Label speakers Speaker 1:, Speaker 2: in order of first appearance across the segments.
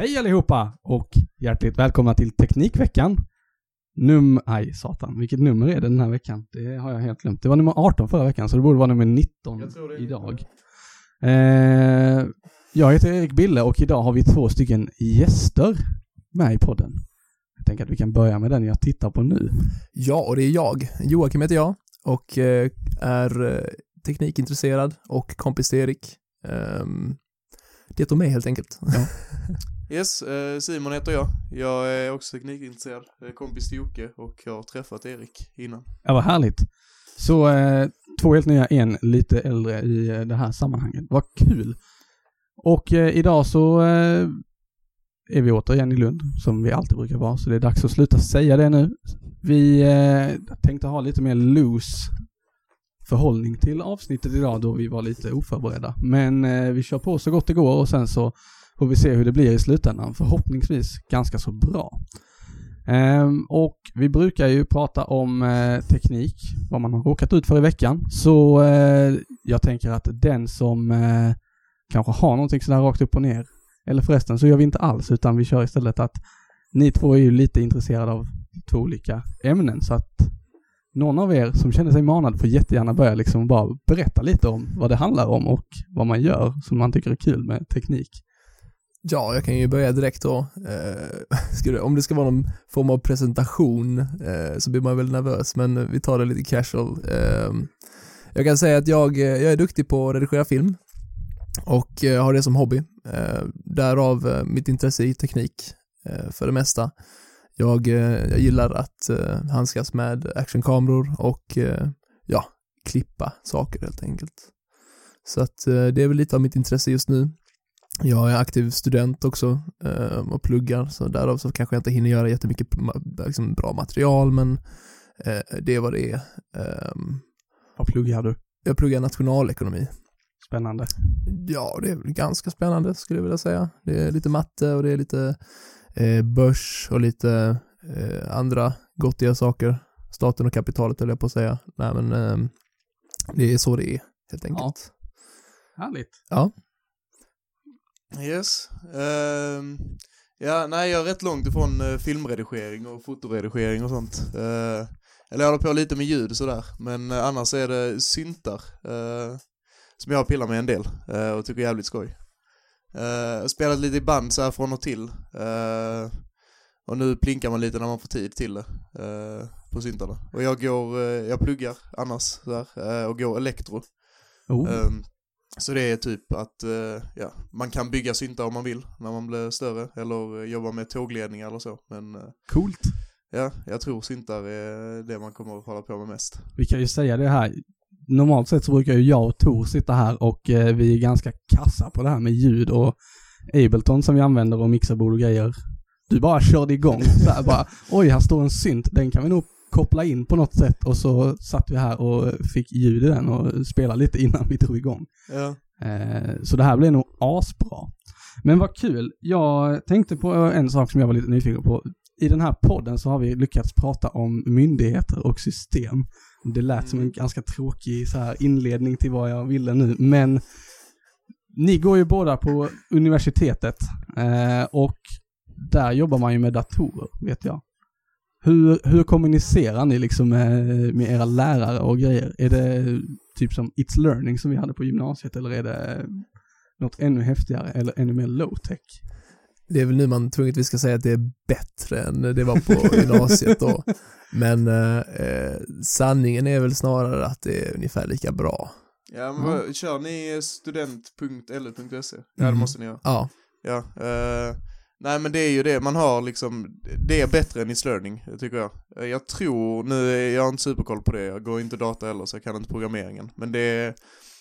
Speaker 1: Hej allihopa och hjärtligt välkomna till Teknikveckan. Vilket nummer är det den här veckan? Det har jag helt glömt. Det var nummer 18 förra veckan, så det borde vara nummer 19 idag. Jag heter Erik Bille och idag har vi 2 stycken gäster med i podden. Jag tänker att vi kan börja med den jag tittar på nu.
Speaker 2: Ja, och det är jag. Joakim heter jag och är teknikintresserad och kompis till Erik. Det är mig helt enkelt. Ja.
Speaker 3: Yes, Simon heter jag. Jag är också teknikintresserad, kompis till Jocke och jag har träffat Erik innan.
Speaker 1: Ja, vad härligt. Så 2 helt nya, en lite äldre i det här sammanhanget. Vad kul. Och idag så är vi återigen i Lund, som vi alltid brukar vara. Så det är dags att sluta säga det nu. Vi tänkte ha lite mer loose förhållning till avsnittet idag då vi var lite oförberedda. Men vi kör på så gott det går och sen så får vi se hur det blir i slutändan. Förhoppningsvis ganska så bra. Och vi brukar ju prata om teknik, vad man har råkat ut för i veckan. Så jag tänker att den som kanske har någonting sådär rakt upp och ner, eller förresten så gör vi inte alls, utan vi kör istället att ni 2 är ju lite intresserade av 2 olika ämnen, så att någon av er som känner sig manad får jättegärna börja liksom bara berätta lite om vad det handlar om och vad man gör som man tycker är kul med teknik.
Speaker 2: Ja, jag kan ju börja direkt då. Om det ska vara någon form av presentation så blir man väl nervös, men vi tar det lite casual. Jag kan säga att jag är duktig på att redigera film och har det som hobby. Därav mitt intresse i teknik för det mesta. Jag gillar att handskas med actionkameror och klippa saker helt enkelt. Så att det är väl lite av mitt intresse just nu. Jag är aktiv student också och pluggar, så därav så kanske jag inte hinner göra jättemycket liksom, bra material, men det är vad det är.
Speaker 1: Vad pluggar du?
Speaker 2: Jag pluggar nationalekonomi.
Speaker 1: Spännande.
Speaker 2: Ja, det är ganska spännande skulle jag vilja säga. Det är lite matte och det är lite börs och lite andra gottiga saker. Staten och kapitalet höll jag på att säga. Nej, men det är så det är helt enkelt.
Speaker 1: Ja. Härligt.
Speaker 2: Ja.
Speaker 3: Yes. Jag är rätt långt ifrån filmredigering och fotoredigering och sånt. Eller jag håller på lite med ljud och sådär. Men annars är det syntar som jag pillar med en del och tycker är jävligt skoj. Jag har spelat lite i band så här från och till. Och nu plinkar man lite när man får tid till det på syntarna. Och jag pluggar annars så här, och går elektro. Så det är typ att man kan bygga syntar om man vill när man blir större, eller jobba med tågledningar eller så. Men
Speaker 1: coolt.
Speaker 3: Ja, jag tror syntar är det man kommer att hålla på med mest.
Speaker 1: Vi kan ju säga det här. Normalt sett så brukar ju jag och Tor sitta här och vi är ganska kassa på det här med ljud och Ableton som vi använder och mixerbord och grejer. Du bara körde igång så här bara, oj, här står en synt, den kan vi nog koppla in på något sätt, och så satt vi här och fick ljud i den och spelade lite innan vi drog igång.
Speaker 3: Ja.
Speaker 1: Så det här blev nog asbra. Men vad kul, jag tänkte på en sak som jag var lite nyfiken på. I den här podden så har vi lyckats prata om myndigheter och system. Det lät som en ganska tråkig så här inledning till vad jag ville nu, men ni går ju båda på universitetet och där jobbar man ju med datorer, vet jag. Hur kommunicerar ni liksom med era lärare och grejer? Är det typ som It's Learning som vi hade på gymnasiet, eller är det något ännu häftigare eller ännu mer low-tech?
Speaker 2: Det är väl nu man tvunget vi ska säga att det är bättre än det var på gymnasiet då. Men sanningen är väl snarare att det är ungefär lika bra.
Speaker 3: Ja, men kör ni student.lu.se? Ja, det måste ni göra.
Speaker 2: Ja.
Speaker 3: Ja, nej, men det är ju det. Man har liksom, det är bättre än It's Learning, tycker jag. Jag tror, nu är jag inte superkoll på det. Jag går inte data heller, så jag kan inte programmeringen. Men det är,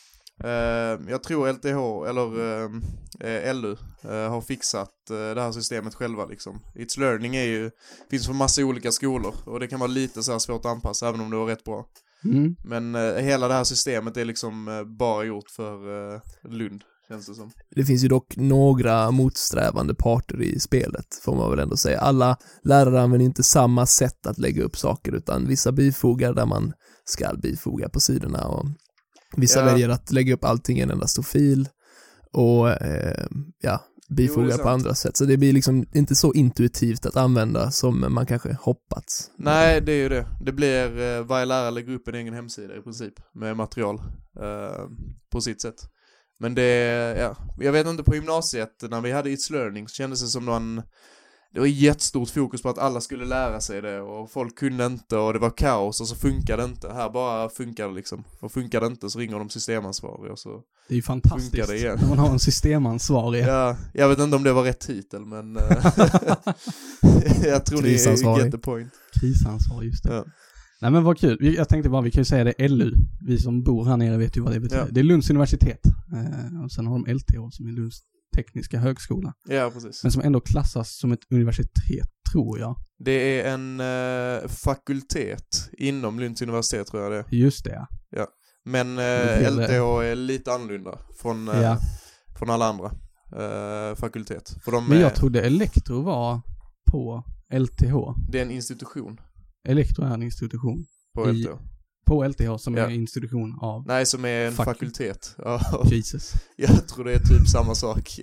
Speaker 3: jag tror LTH eller LU har fixat det här systemet själva liksom. It's Learning finns för massa olika skolor och det kan vara lite så här svårt att anpassa även om det var rätt bra. Men hela det här systemet är liksom bara gjort för Lund, känns det som.
Speaker 2: Det finns ju dock några motsträvande parter i spelet, får man väl ändå säga. Alla lärare använder inte samma sätt att lägga upp saker, utan vissa bifogar där man ska bifoga på sidorna, och vissa väljer att lägga upp allting i en enda stor fil. Och bifogade på andra sätt. Så det blir liksom inte så intuitivt att använda som man kanske hoppats.
Speaker 3: Nej, det är ju det. Det blir, varje lärare lägger upp en egen hemsida i princip med material på sitt sätt. Men det, ja, jag vet inte, på gymnasiet när vi hade It's Learning så kändes det som det var jättestort fokus på att alla skulle lära sig det och folk kunde inte och det var kaos och så funkade det inte. Här bara funkar det liksom. Och funkar det inte så ringer de systemansvariga och så
Speaker 1: det är ju fantastiskt
Speaker 3: det igen.
Speaker 1: när man har en systemansvarig.
Speaker 3: Ja, jag vet inte om det var rätt titel men jag tror ni get the point.
Speaker 1: Krisansvarig, just det.
Speaker 3: Ja.
Speaker 1: Nej men vad kul. Jag tänkte bara, vi kan ju säga det LU. Vi som bor här nere vet ju vad det betyder.
Speaker 3: Ja.
Speaker 1: Det är Lunds universitet. Och sen har de LTH som är Lunds tekniska högskola.
Speaker 3: Ja, precis.
Speaker 1: Men som ändå klassas som ett universitet, tror jag.
Speaker 3: Det är en fakultet inom Lunds universitet, tror jag det.
Speaker 1: Just det,
Speaker 3: ja. Men LTH är lite annorlunda från alla andra fakultet. För
Speaker 1: men jag trodde Elektro var på LTH.
Speaker 3: Det är en institution.
Speaker 1: Elektro är en institution.
Speaker 3: På LTH.
Speaker 1: På LTH som är en institution av...
Speaker 3: Nej, som är en fakultet.
Speaker 1: Jesus.
Speaker 3: Jag tror det är typ samma sak.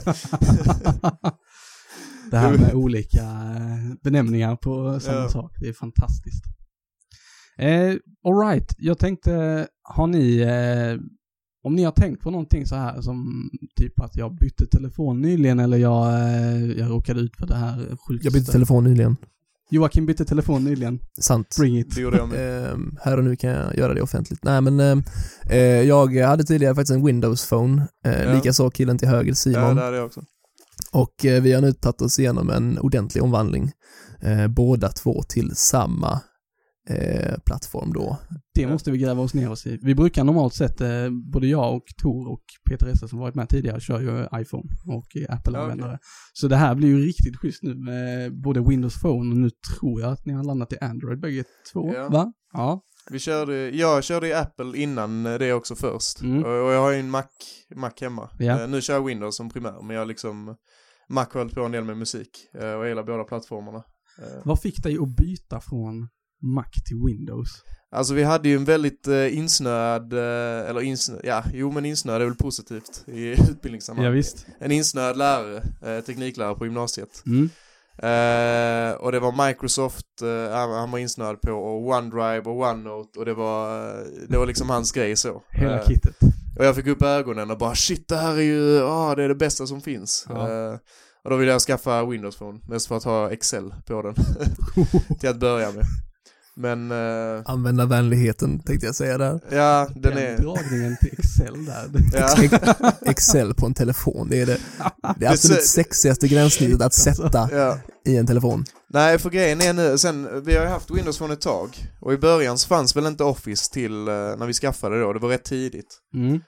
Speaker 1: Det här med olika benämningar på samma sak. Det är fantastiskt. All right. Jag tänkte, har ni... om ni har tänkt på någonting så här som typ att jag bytte telefon nyligen eller jag råkade ut för det här sjukaste.
Speaker 2: Jag bytte telefon nyligen.
Speaker 1: Joakim bytte telefon nyligen.
Speaker 2: Sant.
Speaker 1: Bring it.
Speaker 3: Det gjorde jag med.
Speaker 2: Här och nu kan jag göra det offentligt. Nej, men jag hade tidigare faktiskt en Windows-phone. Likaså killen till höger, Simon.
Speaker 3: Ja, det hade jag också.
Speaker 2: Och vi har nu tagit oss igenom en ordentlig omvandling. Båda två till samma plattform då.
Speaker 1: Det måste vi gräva oss ner oss i. Vi brukar normalt sett, både jag och Tor och Peter Esse som varit med tidigare kör ju iPhone och Apple-användare. Okay. Så det här blir ju riktigt schysst nu med både Windows Phone och nu tror jag att ni har landat i Android bägge två, va? Ja.
Speaker 3: Jag körde i Apple innan det också först. Och jag har ju en Mac hemma. Ja. Nu kör jag Windows som primär, men jag Mac har hållit på en del med musik och jag gillar båda plattformarna.
Speaker 1: Vad fick dig att byta från Mac till Windows?
Speaker 3: Alltså vi hade ju en väldigt insnöad insnöad är väl positivt i utbildningssammanhang.
Speaker 1: Ja, visst.
Speaker 3: En insnöad lärare, tekniklärare på gymnasiet. Och det var Microsoft han var insnöad på och OneDrive och OneNote och det var liksom hans grej så.
Speaker 1: Hela kittet.
Speaker 3: Och jag fick upp ögonen och bara shit, det här är ju det är det bästa som finns. Ja. Och då ville jag skaffa Windows Phone mest för att ha Excel på den till att börja med. Men
Speaker 2: använda vänligheten tänkte jag säga där.
Speaker 3: Ja, den är
Speaker 1: dragningen till Excel där.
Speaker 2: Ja. Excel på en telefon, det är det absolut sexigaste gränssnittet att sätta i en telefon.
Speaker 3: Nej, för grejen är nu sen vi har ju haft Windows Phone ett tag och i början så fanns väl inte Office till när vi skaffade det var rätt tidigt.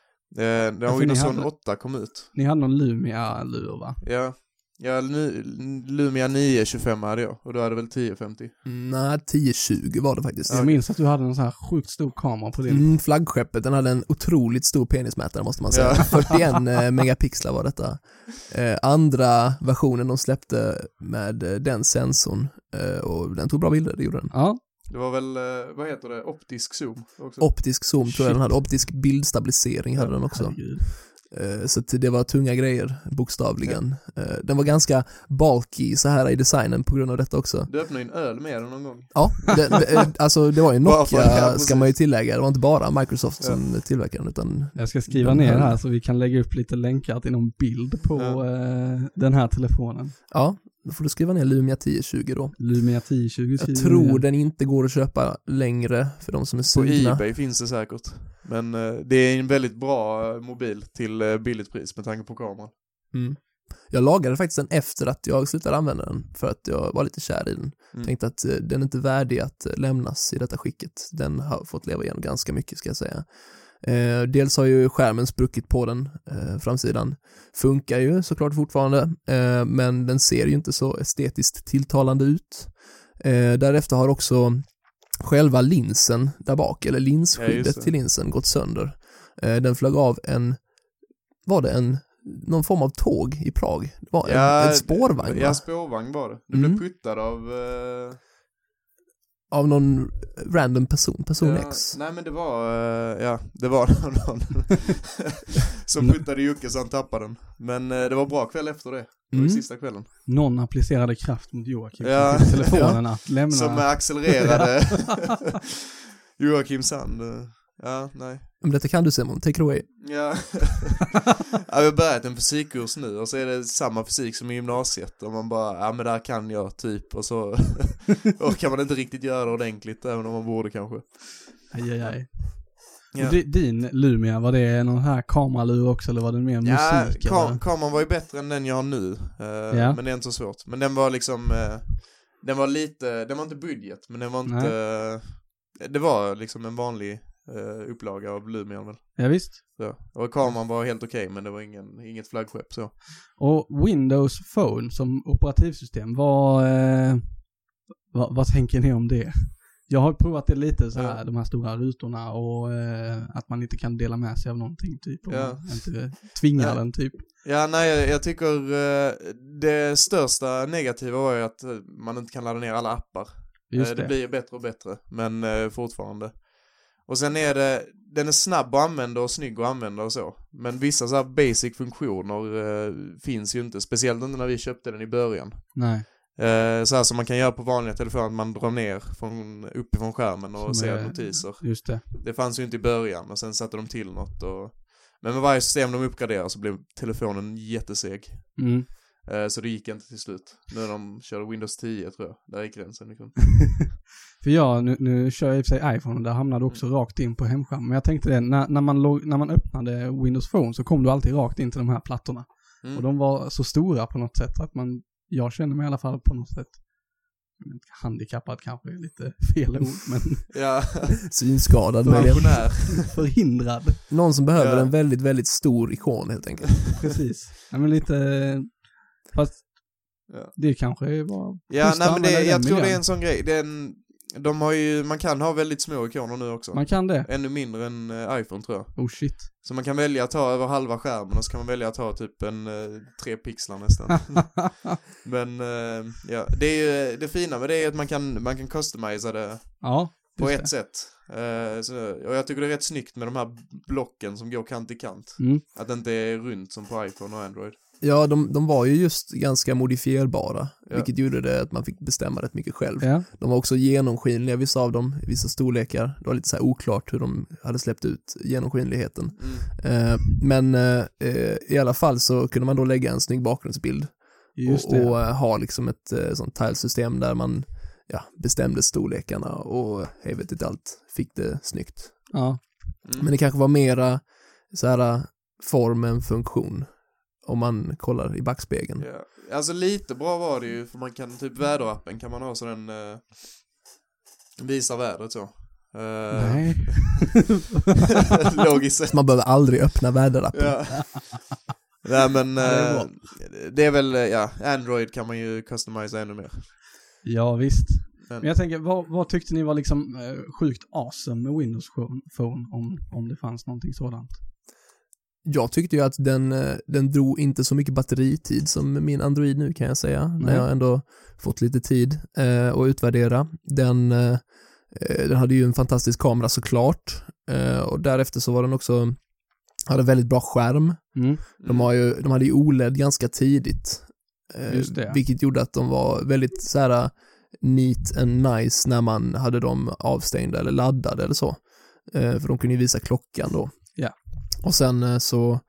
Speaker 3: Det var Windows Phone 8 kom ut.
Speaker 1: Ni hade någon Lumia-lur, va?
Speaker 3: Ja, Lumia 925 hade jag och då hade väl 1050.
Speaker 2: Nej, 1020 var det faktiskt.
Speaker 1: Jag minns att du hade en sån här sjukt stor kamera på din.
Speaker 2: Flaggskeppet, den hade en otroligt stor penismätare måste man säga. 41 megapixlar var detta. Andra versionen de släppte med den sensorn och den tog bra bilder, det gjorde den.
Speaker 1: Ja.
Speaker 3: Det var väl, vad heter det, optisk zoom också.
Speaker 2: Optisk zoom tror jag den hade, optisk bildstabilisering hade den också.
Speaker 1: Herregud.
Speaker 2: Så det var tunga grejer, bokstavligen. Den var ganska bulky så här i designen på grund av detta också.
Speaker 3: Du öppnade en öl med den någon gång.
Speaker 2: Ja, alltså det var ju Nokia ska man ju tillägga. Det var inte bara Microsoft som tillverkade den utan...
Speaker 1: Jag ska skriva ner här så vi kan lägga upp lite länkar till någon bild på den här telefonen.
Speaker 2: Ja, då får du skriva ner Lumia 1020 då.
Speaker 1: Lumia 1020.
Speaker 2: Jag tror den inte går att köpa längre för de som är sugna.
Speaker 3: På eBay finns det säkert. Men det är en väldigt bra mobil till billigt pris med tanke på kameran.
Speaker 2: Jag lagade faktiskt den efter att jag slutade använda den för att jag var lite kär i den. Tänkte att den är inte värdig att lämnas i detta skicket. Den har fått leva igenom ganska mycket ska jag säga. Dels har ju skärmen spruckit på den, framsidan funkar ju såklart fortfarande, men den ser ju inte så estetiskt tilltalande ut. Därefter har också själva linsen där bak, eller linsskyddet till linsen gått sönder. Den flög av någon form av tåg i Prag. Det var en spårvagn.
Speaker 3: Ja, spårvagn var det. Det blev puttad av
Speaker 2: av någon random person X.
Speaker 3: Nej men det var någon som puttade Jocke så han tappade den. Men det var bra kväll efter det. Det var sista kvällen.
Speaker 1: Någon applicerade kraft mot Joakim
Speaker 3: Ja.
Speaker 1: till telefonerna att lämna.
Speaker 3: Som accelererade Joakims hand. Ja, nej.
Speaker 2: Men detta kan du, Simon, take it away.
Speaker 3: Ja. Jag har börjat en fysikkurs nu och så är det samma fysik som i gymnasiet och man bara, ja men där kan jag typ och så och kan man inte riktigt göra det ordentligt även om man borde kanske.
Speaker 1: Aj.
Speaker 3: Ja.
Speaker 1: Din Lumia, var det någon här kameralur också eller var det mer musik?
Speaker 3: Kameran var ju bättre än den jag har nu. Men det är inte så svårt. Men den var liksom den var inte budget, men den var inte det var liksom en vanlig upplaga av Lumia väl.
Speaker 1: Ja visst.
Speaker 3: Så. Och kameran var helt okej, men det var inget flaggskepp så.
Speaker 1: Och Windows Phone som operativsystem, vad tänker ni om det? Jag har provat det lite så här, de här stora rutorna och att man inte kan dela med sig av någonting typ. Och inte tvinga den typ.
Speaker 3: Ja, nej, jag tycker det största negativa var ju att man inte kan ladda ner alla appar. Det blir bättre och bättre, men fortfarande. Och sen den är snabb att använda och snygg att använda och så. Men vissa så här basic funktioner finns ju inte, speciellt inte när vi köpte den i början.
Speaker 1: Nej.
Speaker 3: Så här som man kan göra på vanliga telefoner, att man drar ner uppifrån skärmen och ser notiser.
Speaker 1: Just det.
Speaker 3: Det fanns ju inte i början och sen satte de till något. Men med varje system de uppgraderar så blev telefonen jätteseg. Så det gick inte till slut. Nu när de körde Windows 10 tror jag, där gick gränsen liksom. För
Speaker 1: nu kör jag i och för sig iPhone och där hamnade också rakt in på hemskärmen. Men jag tänkte det, när man öppnade Windows Phone så kom du alltid rakt in till de här plattorna. Och de var så stora på något sätt att jag känner mig i alla fall på något sätt handikappad, kanske är lite fel ord, men
Speaker 2: synskadad,
Speaker 3: pensionär,
Speaker 1: förhindrad.
Speaker 2: Någon som behöver en väldigt, väldigt stor ikon helt enkelt.
Speaker 1: Precis. Ja, men lite, fast det kanske var
Speaker 3: jag tror det är en sån grej. Man kan ha väldigt små ikoner nu också.
Speaker 1: Man kan det.
Speaker 3: Ännu mindre än iPhone tror jag.
Speaker 1: Oh shit.
Speaker 3: Så man kan välja att ta över halva skärmen och så kan man välja att ta typ 3 pixlar nästan. Men det är ju det fina med det är att man kan customisa det på ett sätt. Och jag tycker det är rätt snyggt med de här blocken som går kant i kant. Att det inte är runt som på iPhone och Android.
Speaker 2: Ja, de var ju just ganska modifierbara, vilket gjorde det att man fick bestämma rätt mycket själv. Ja. De var också genomskinliga, vissa av dem, vissa storlekar. Det var lite så här oklart hur de hade släppt ut genomskinligheten. Men i alla fall så kunde man då lägga en snygg bakgrundsbild och ha liksom ett sånt tilesystem där man bestämde storlekarna och vet inte allt, fick det snyggt. Ja. Men det kanske var mera så här form än funktion. Om man kollar i backspegeln.
Speaker 3: Ja. Alltså lite bra var det ju, för man kan typ väderappen kan man ha så den visar vädret så.
Speaker 1: Nej.
Speaker 3: Logiskt sett.
Speaker 2: Man behöver aldrig öppna väderappen.
Speaker 3: Ja. Nej men det är väl, Android kan man ju customisa ännu mer.
Speaker 1: Ja visst. Men jag tänker, vad tyckte ni var liksom sjukt awesome med Windows Phone om det fanns någonting sådant?
Speaker 2: Jag tyckte ju att den drog inte så mycket batteritid som min Android nu kan jag säga. När jag ändå fått lite tid att utvärdera. Den hade ju en fantastisk kamera såklart. Och därefter så var den också, hade väldigt bra skärm. De hade ju OLED ganska tidigt.
Speaker 1: Just det.
Speaker 2: Vilket gjorde att de var väldigt så här neat and nice när man hade dem avstängda eller laddade eller så. För de kunde ju visa klockan då.
Speaker 1: Ja.
Speaker 2: Och sen så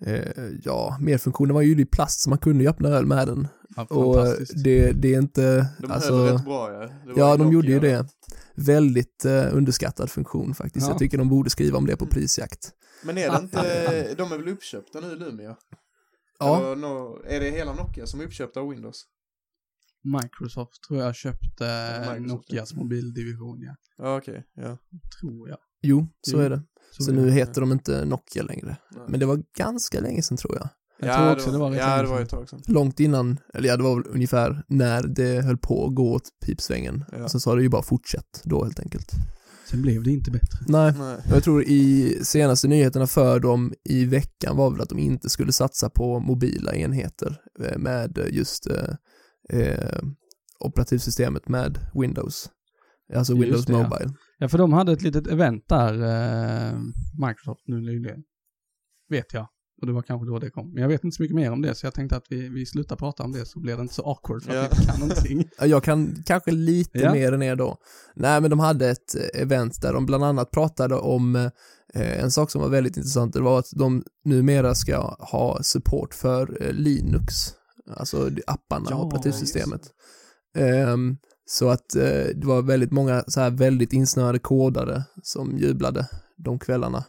Speaker 2: mer funktioner var ju i plast så man kunde ju öppna öl med den.
Speaker 1: Ja,
Speaker 2: och det är inte
Speaker 3: de höll rätt bra
Speaker 2: de gjorde ju det. Väldigt underskattad funktion faktiskt. Jag tycker de borde skriva om det på prisjakt.
Speaker 3: Men är det inte de är väl uppköpta nu Lumia? Ja. Är det hela Nokia som är uppköpta av Windows?
Speaker 1: Microsoft tror jag köpte Nokias mobildivision,
Speaker 3: Ja, okej. Ja.
Speaker 1: Tror jag.
Speaker 2: Jo, så är det. Så nu heter de inte Nokia längre. Nej. Men det var ganska länge sedan tror jag.
Speaker 1: Jag tror också det var
Speaker 3: ett tag sedan.
Speaker 2: Långt innan, eller det var väl ungefär när det höll på att gå åt pipsvängen. Ja. Sen så har det ju bara fortsatt då helt enkelt.
Speaker 1: Sen blev det inte bättre.
Speaker 2: Nej. Jag tror i senaste nyheterna för dem i veckan var väl att de inte skulle satsa på mobila enheter med just operativsystemet med Windows. Alltså
Speaker 1: Just
Speaker 2: Windows
Speaker 1: det, ja.
Speaker 2: Mobile.
Speaker 1: Ja, för de hade ett litet event där, Microsoft nu nyligen. Vet jag. Och det var kanske då det kom. Men jag vet inte så mycket mer om det, så jag tänkte att vi slutar prata om det, så blir det inte så awkward för att vi inte kan någonting.
Speaker 2: Jag kan kanske lite mer än er då. Nej, men de hade ett event där de bland annat pratade om en sak som var väldigt intressant. Det var att de numera ska ha support för Linux. Alltså apparna, operativsystemet. Så att det var väldigt många så här väldigt insnöade kodare som jublade de kvällarna.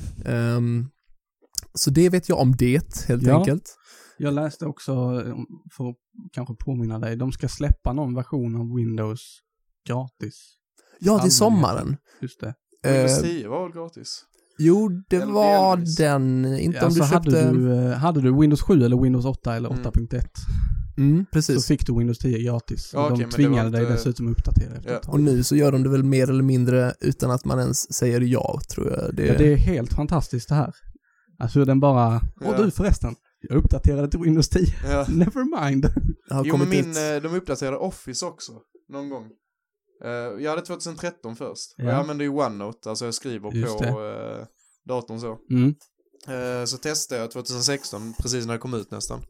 Speaker 2: Så det vet jag om det, helt enkelt.
Speaker 1: Jag läste också, för att kanske påminna dig, de ska släppa någon version av Windows gratis.
Speaker 2: Ja, till sommaren.
Speaker 1: Just det.
Speaker 3: Windows 10 var väl gratis?
Speaker 2: Jo, det var den. Inte om du köpte...
Speaker 1: Hade du Windows 7 eller Windows 8 eller 8.1?
Speaker 2: Precis.
Speaker 1: Så fick du Windows 10 gratis.
Speaker 3: Ja,
Speaker 1: de tvingade dig dessutom att uppdatera efter ett tag.
Speaker 2: Och nu så gör de det väl mer eller mindre utan att man ens säger ja, tror jag.
Speaker 1: Det är helt fantastiskt det här. Alltså den bara, du förresten, jag uppdaterade till Windows 10.
Speaker 3: Ja.
Speaker 1: Never mind.
Speaker 3: Jo, men de uppdaterade Office också, någon gång. Jag hade 2013 först. Och jag använde ju OneNote, alltså jag skriver på datorn så. Så testade jag 2016, precis när det kom ut nästan.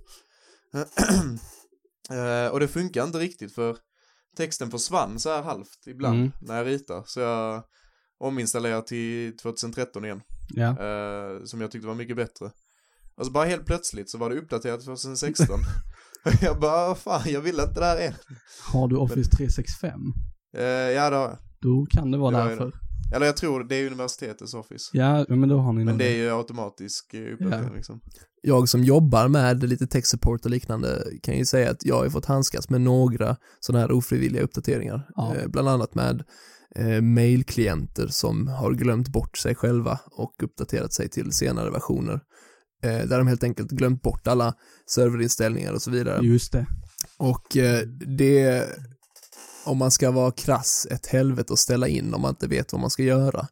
Speaker 3: Och det funkar inte riktigt, för texten försvann så här halvt ibland när jag ritar. Så jag ominstallerade till 2013 igen.
Speaker 1: Ja.
Speaker 3: Som jag tyckte var mycket bättre. Alltså bara helt plötsligt så var det uppdaterat 2016. Jag bara, fan, jag vill inte det här än.
Speaker 1: Har du Office 365?
Speaker 3: Ja, det har jag.
Speaker 1: Då kan det vara därför.
Speaker 3: Eller jag tror det är universitetets Office.
Speaker 1: Ja, men då har ni
Speaker 3: Men det är ju automatisk uppdatering liksom.
Speaker 2: Jag som jobbar med lite tech support och liknande kan ju säga att jag har fått handskas med några sådana här ofrivilliga uppdateringar. Bland annat med mailklienter som har glömt bort sig själva och uppdaterat sig till senare versioner. Där de helt enkelt glömt bort alla serverinställningar och så vidare.
Speaker 1: Just det.
Speaker 2: Och det, om man ska vara krass, ett helvete att ställa in om man inte vet vad man ska göra.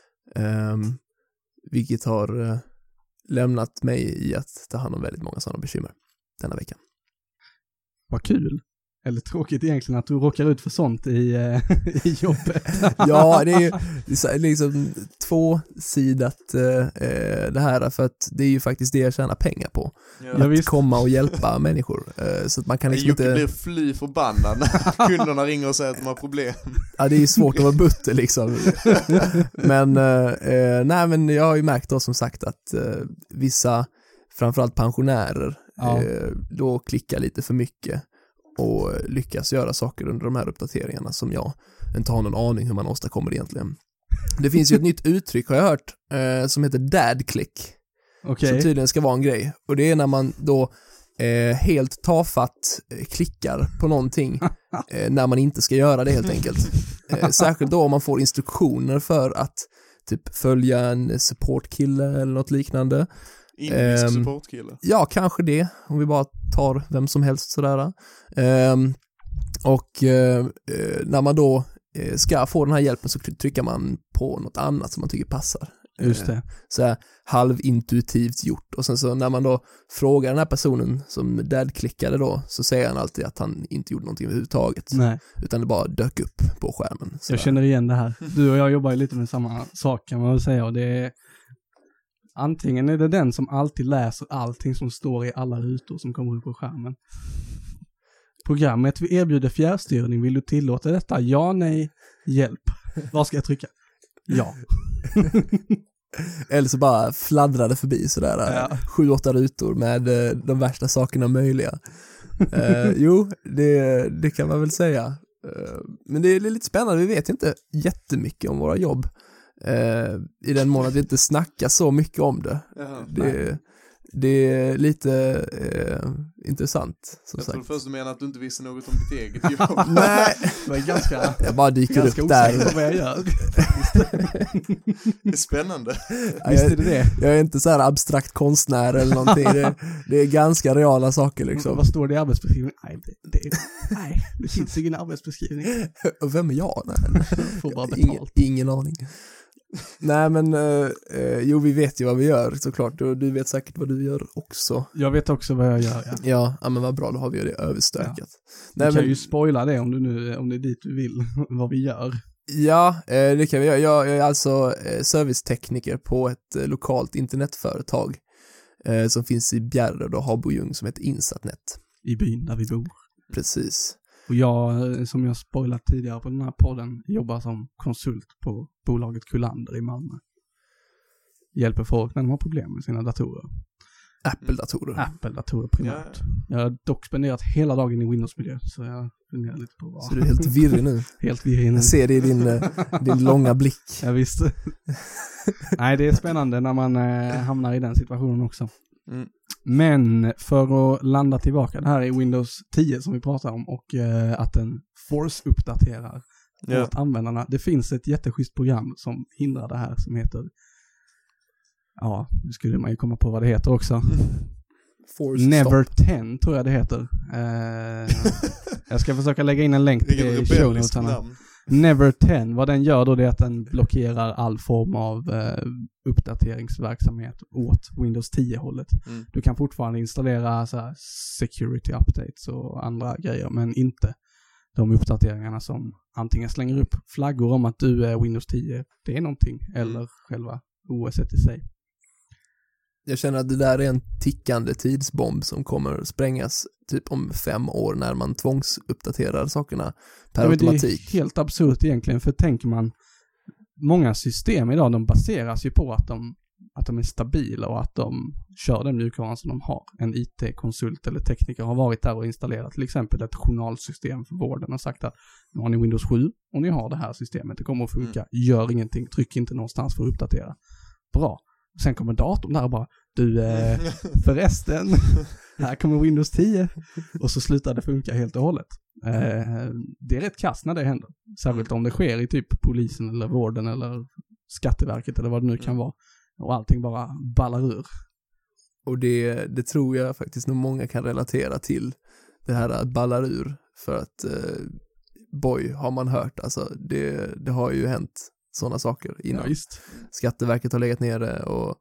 Speaker 2: Vilket har lämnat mig i att ta hand om väldigt många sådana bekymmer denna veckan.
Speaker 1: Vad kul. Eller tråkigt egentligen att du råkar ut för sånt i jobbet.
Speaker 2: Ja, det är liksom tvåsidat det här, för att det är ju faktiskt det jag tjänar pengar på.
Speaker 3: Ja.
Speaker 2: Att komma och hjälpa människor. Så att man kan liksom
Speaker 3: Jocke
Speaker 2: inte...
Speaker 3: blir fly förbannad när kunderna ringer och säger att de har problem.
Speaker 2: Ja, det är svårt att vara butter liksom. Men, nej, men jag har ju märkt då som sagt att vissa, framförallt pensionärer, då klickar lite för mycket och lyckas göra saker under de här uppdateringarna som jag inte har någon aning hur man åstadkommer egentligen. Det finns ju ett nytt uttryck, har jag hört, som heter dad-click.
Speaker 1: Okay.
Speaker 2: Som tydligen ska vara en grej. Och det är när man då helt tafatt klickar på någonting när man inte ska göra det helt enkelt. Särskilt då om man får instruktioner för att typ följa en supportkille eller något liknande.
Speaker 3: Indisk supportkille.
Speaker 2: Ja, kanske det. Om vi bara tar vem som helst sådär. När man då ska få den här hjälpen så trycker man på något annat som man tycker passar.
Speaker 1: Just det.
Speaker 2: Så här halvintuitivt gjort. Och sen så när man då frågar den här personen som dad-klickade då, så säger han alltid att han inte gjorde någonting överhuvudtaget.
Speaker 1: Nej.
Speaker 2: Utan det bara dök upp på skärmen.
Speaker 1: Jag känner igen det här. Du och jag jobbar ju lite med samma sak, kan man väl säga. Och det är antingen är det den som alltid läser allting som står i alla rutor som kommer upp på skärmen. Programmet vi erbjuder fjärrstyrning. Vill du tillåta detta? Ja, nej, hjälp. Vad ska jag trycka? Ja.
Speaker 2: Eller så bara fladdrade förbi sådär 7-8 rutor med de värsta sakerna möjliga. Jo, det kan man väl säga. Men det är lite spännande. Vi vet inte jättemycket om våra jobb. I den mån att vi inte snackar så mycket om det. Det är lite intressant. Jag
Speaker 3: tror först du menar att du inte visste något om ditt eget jobb.
Speaker 2: Nej,
Speaker 1: det är ganska,
Speaker 2: jag bara dyker upp där.
Speaker 1: På vad jag gör.
Speaker 3: Det är spännande.
Speaker 1: Visst är det.
Speaker 2: Jag är inte så här abstrakt konstnär eller någonting. Det är ganska reala saker liksom.
Speaker 1: Vad står det i arbetsbeskrivningen? Nej, det finns ingen arbetsbeskrivning.
Speaker 2: Och vem är jag?
Speaker 1: Får bara betalt.
Speaker 2: Ingen aning. Nej, men jo, vi vet ju vad vi gör såklart, och du vet säkert vad du gör också.
Speaker 1: Jag vet också vad jag gör,
Speaker 2: ja. Ja, men vad bra, då har vi ju det överstökat.
Speaker 1: Du kan ju spoila det om det är dit du vill vad vi gör.
Speaker 2: Ja, det kan vi göra. Jag är alltså servicetekniker på ett lokalt internetföretag som finns i Bjärred och Habojung som heter Insatnet.
Speaker 1: I byn där vi bor.
Speaker 2: Precis.
Speaker 1: Och jag, som jag spoilat tidigare på den här podden, jobbar som konsult på bolaget Kullander i Malmö. Hjälper folk när de har problem med sina datorer.
Speaker 2: Apple-datorer.
Speaker 1: Apple-datorer primärt. Jag har dock spenderat hela dagen i Windows-miljö, så jag funderar lite på vad.
Speaker 2: Så du är helt virrig nu.
Speaker 1: Helt virrig nu.
Speaker 2: Jag ser det i din långa blick.
Speaker 1: Jag visste. Nej, det är spännande när man hamnar i den situationen också.
Speaker 3: Mm.
Speaker 1: Men för att landa tillbaka, det här är Windows 10 som vi pratar om och att den force-uppdaterar åt användarna. Det finns ett jätteschysst program som hindrar det här som heter, ja, nu skulle man ju komma på vad det heter också.
Speaker 2: Force
Speaker 1: Never
Speaker 2: stop.
Speaker 1: 10 tror jag det heter. Jag ska försöka lägga in en länk till show notes. Never 10, vad den gör då det är att den blockerar all form av uppdateringsverksamhet åt Windows 10-hållet.
Speaker 3: Mm.
Speaker 1: Du kan fortfarande installera så här security updates och andra grejer, men inte de uppdateringarna som antingen slänger upp flaggor om att du är Windows 10, det är någonting, eller själva OS:et i sig.
Speaker 2: Jag känner att det där är en tickande tidsbomb som kommer sprängas typ om 5 år när man tvångsuppdaterar sakerna per automatik.
Speaker 1: Det är helt absurt egentligen, för tänker man, många system idag, de baseras ju på att de är stabila och att de kör den mjukvaran som de har. En IT-konsult eller tekniker har varit där och installerat till exempel ett journalsystem för vården och sagt att nu har ni Windows 7 och ni har det här systemet, det kommer att funka. Gör ingenting, tryck inte någonstans för att uppdatera. Bra. Sen kommer datorn där och bara, du förresten, här kommer Windows 10. Och så slutar det funka helt och hållet. Det är rätt kast när det händer. Särskilt om det sker i typ polisen eller vården eller Skatteverket eller vad det nu kan vara. Och allting bara ballar ur. Och
Speaker 2: det tror jag faktiskt nog många kan relatera till. Det här att ballar ur. För att, boy, har man hört. Alltså, det har ju hänt sådana saker innan.
Speaker 1: Ja, visst.
Speaker 2: Skatteverket har legat nere och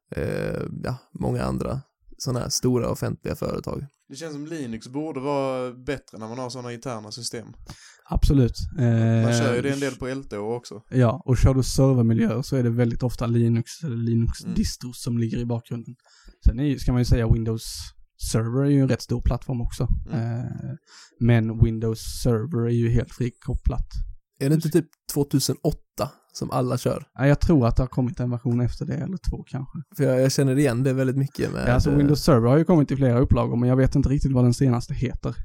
Speaker 2: många andra sådana här stora offentliga företag.
Speaker 3: Det känns som Linux borde vara bättre när man har sådana interna system.
Speaker 1: Absolut.
Speaker 3: Man kör ju det en del på LTO också.
Speaker 1: Ja, och kör du servermiljöer så är det väldigt ofta Linux eller Linux-distros som ligger i bakgrunden. Sen ska man ju säga Windows Server är ju en rätt stor plattform också. Men Windows Server är ju helt frikopplat.
Speaker 2: Är det inte typ 2008 som alla kör?
Speaker 1: Ja, jag tror att det har kommit en version efter det, eller 2 kanske.
Speaker 2: För jag känner igen det väldigt mycket med...
Speaker 1: Ja, alltså Windows Server har ju kommit i flera upplagor, men jag vet inte riktigt vad den senaste heter.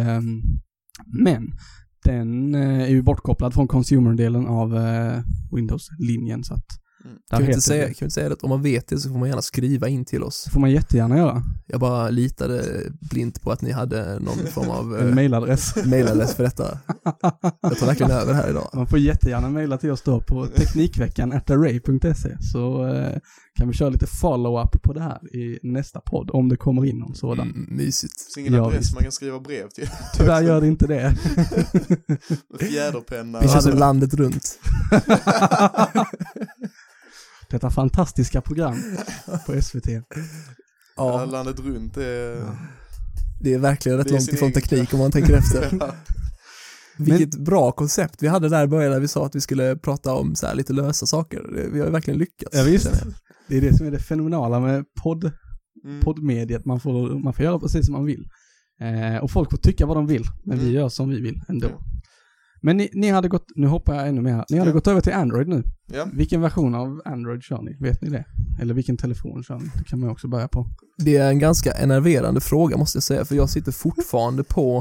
Speaker 1: Men den är ju bortkopplad från consumer-delen av Windows-linjen, så att...
Speaker 2: Kan vi inte säga att om man vet det så får man gärna skriva in till oss.
Speaker 1: Det får man jättegärna göra.
Speaker 2: Jag bara litade blint på att ni hade någon form av
Speaker 1: en mailadress
Speaker 2: för detta. Jag tar verkligen över här idag.
Speaker 1: Man får jättegärna mejla till oss då på teknikveckan@array.se, så kan vi köra lite follow-up på det här i nästa podd om det kommer in någon sådan.
Speaker 2: Mysigt.
Speaker 3: Det finns ingen adress man kan skriva brev till.
Speaker 1: Tyvärr gör det inte det.
Speaker 3: Med fjäderpenna.
Speaker 2: Vi kör så landet runt.
Speaker 1: Detta fantastiska program på SVT.
Speaker 3: Ja, landet runt är...
Speaker 2: Det är verkligen rätt långt ifrån teknik om man tänker efter. Vilket bra koncept vi hade där i början när vi sa att vi skulle prata om så här lite lösa saker. Vi har verkligen lyckats.
Speaker 1: Ja, visst. Det är det som är det fenomenala med poddmediet. Man får göra precis som man vill. Och folk får tycka vad de vill. Men vi gör som vi vill ändå. Ja. Men ni hade gått, nu hoppar jag ännu mer. Ni hade gått över till Android nu.
Speaker 3: Ja.
Speaker 1: Vilken version av Android kör ni? Vet ni det? Eller vilken telefon kör ni? Det kan man också börja på.
Speaker 2: Det är en ganska enerverande fråga måste jag säga. För jag sitter fortfarande på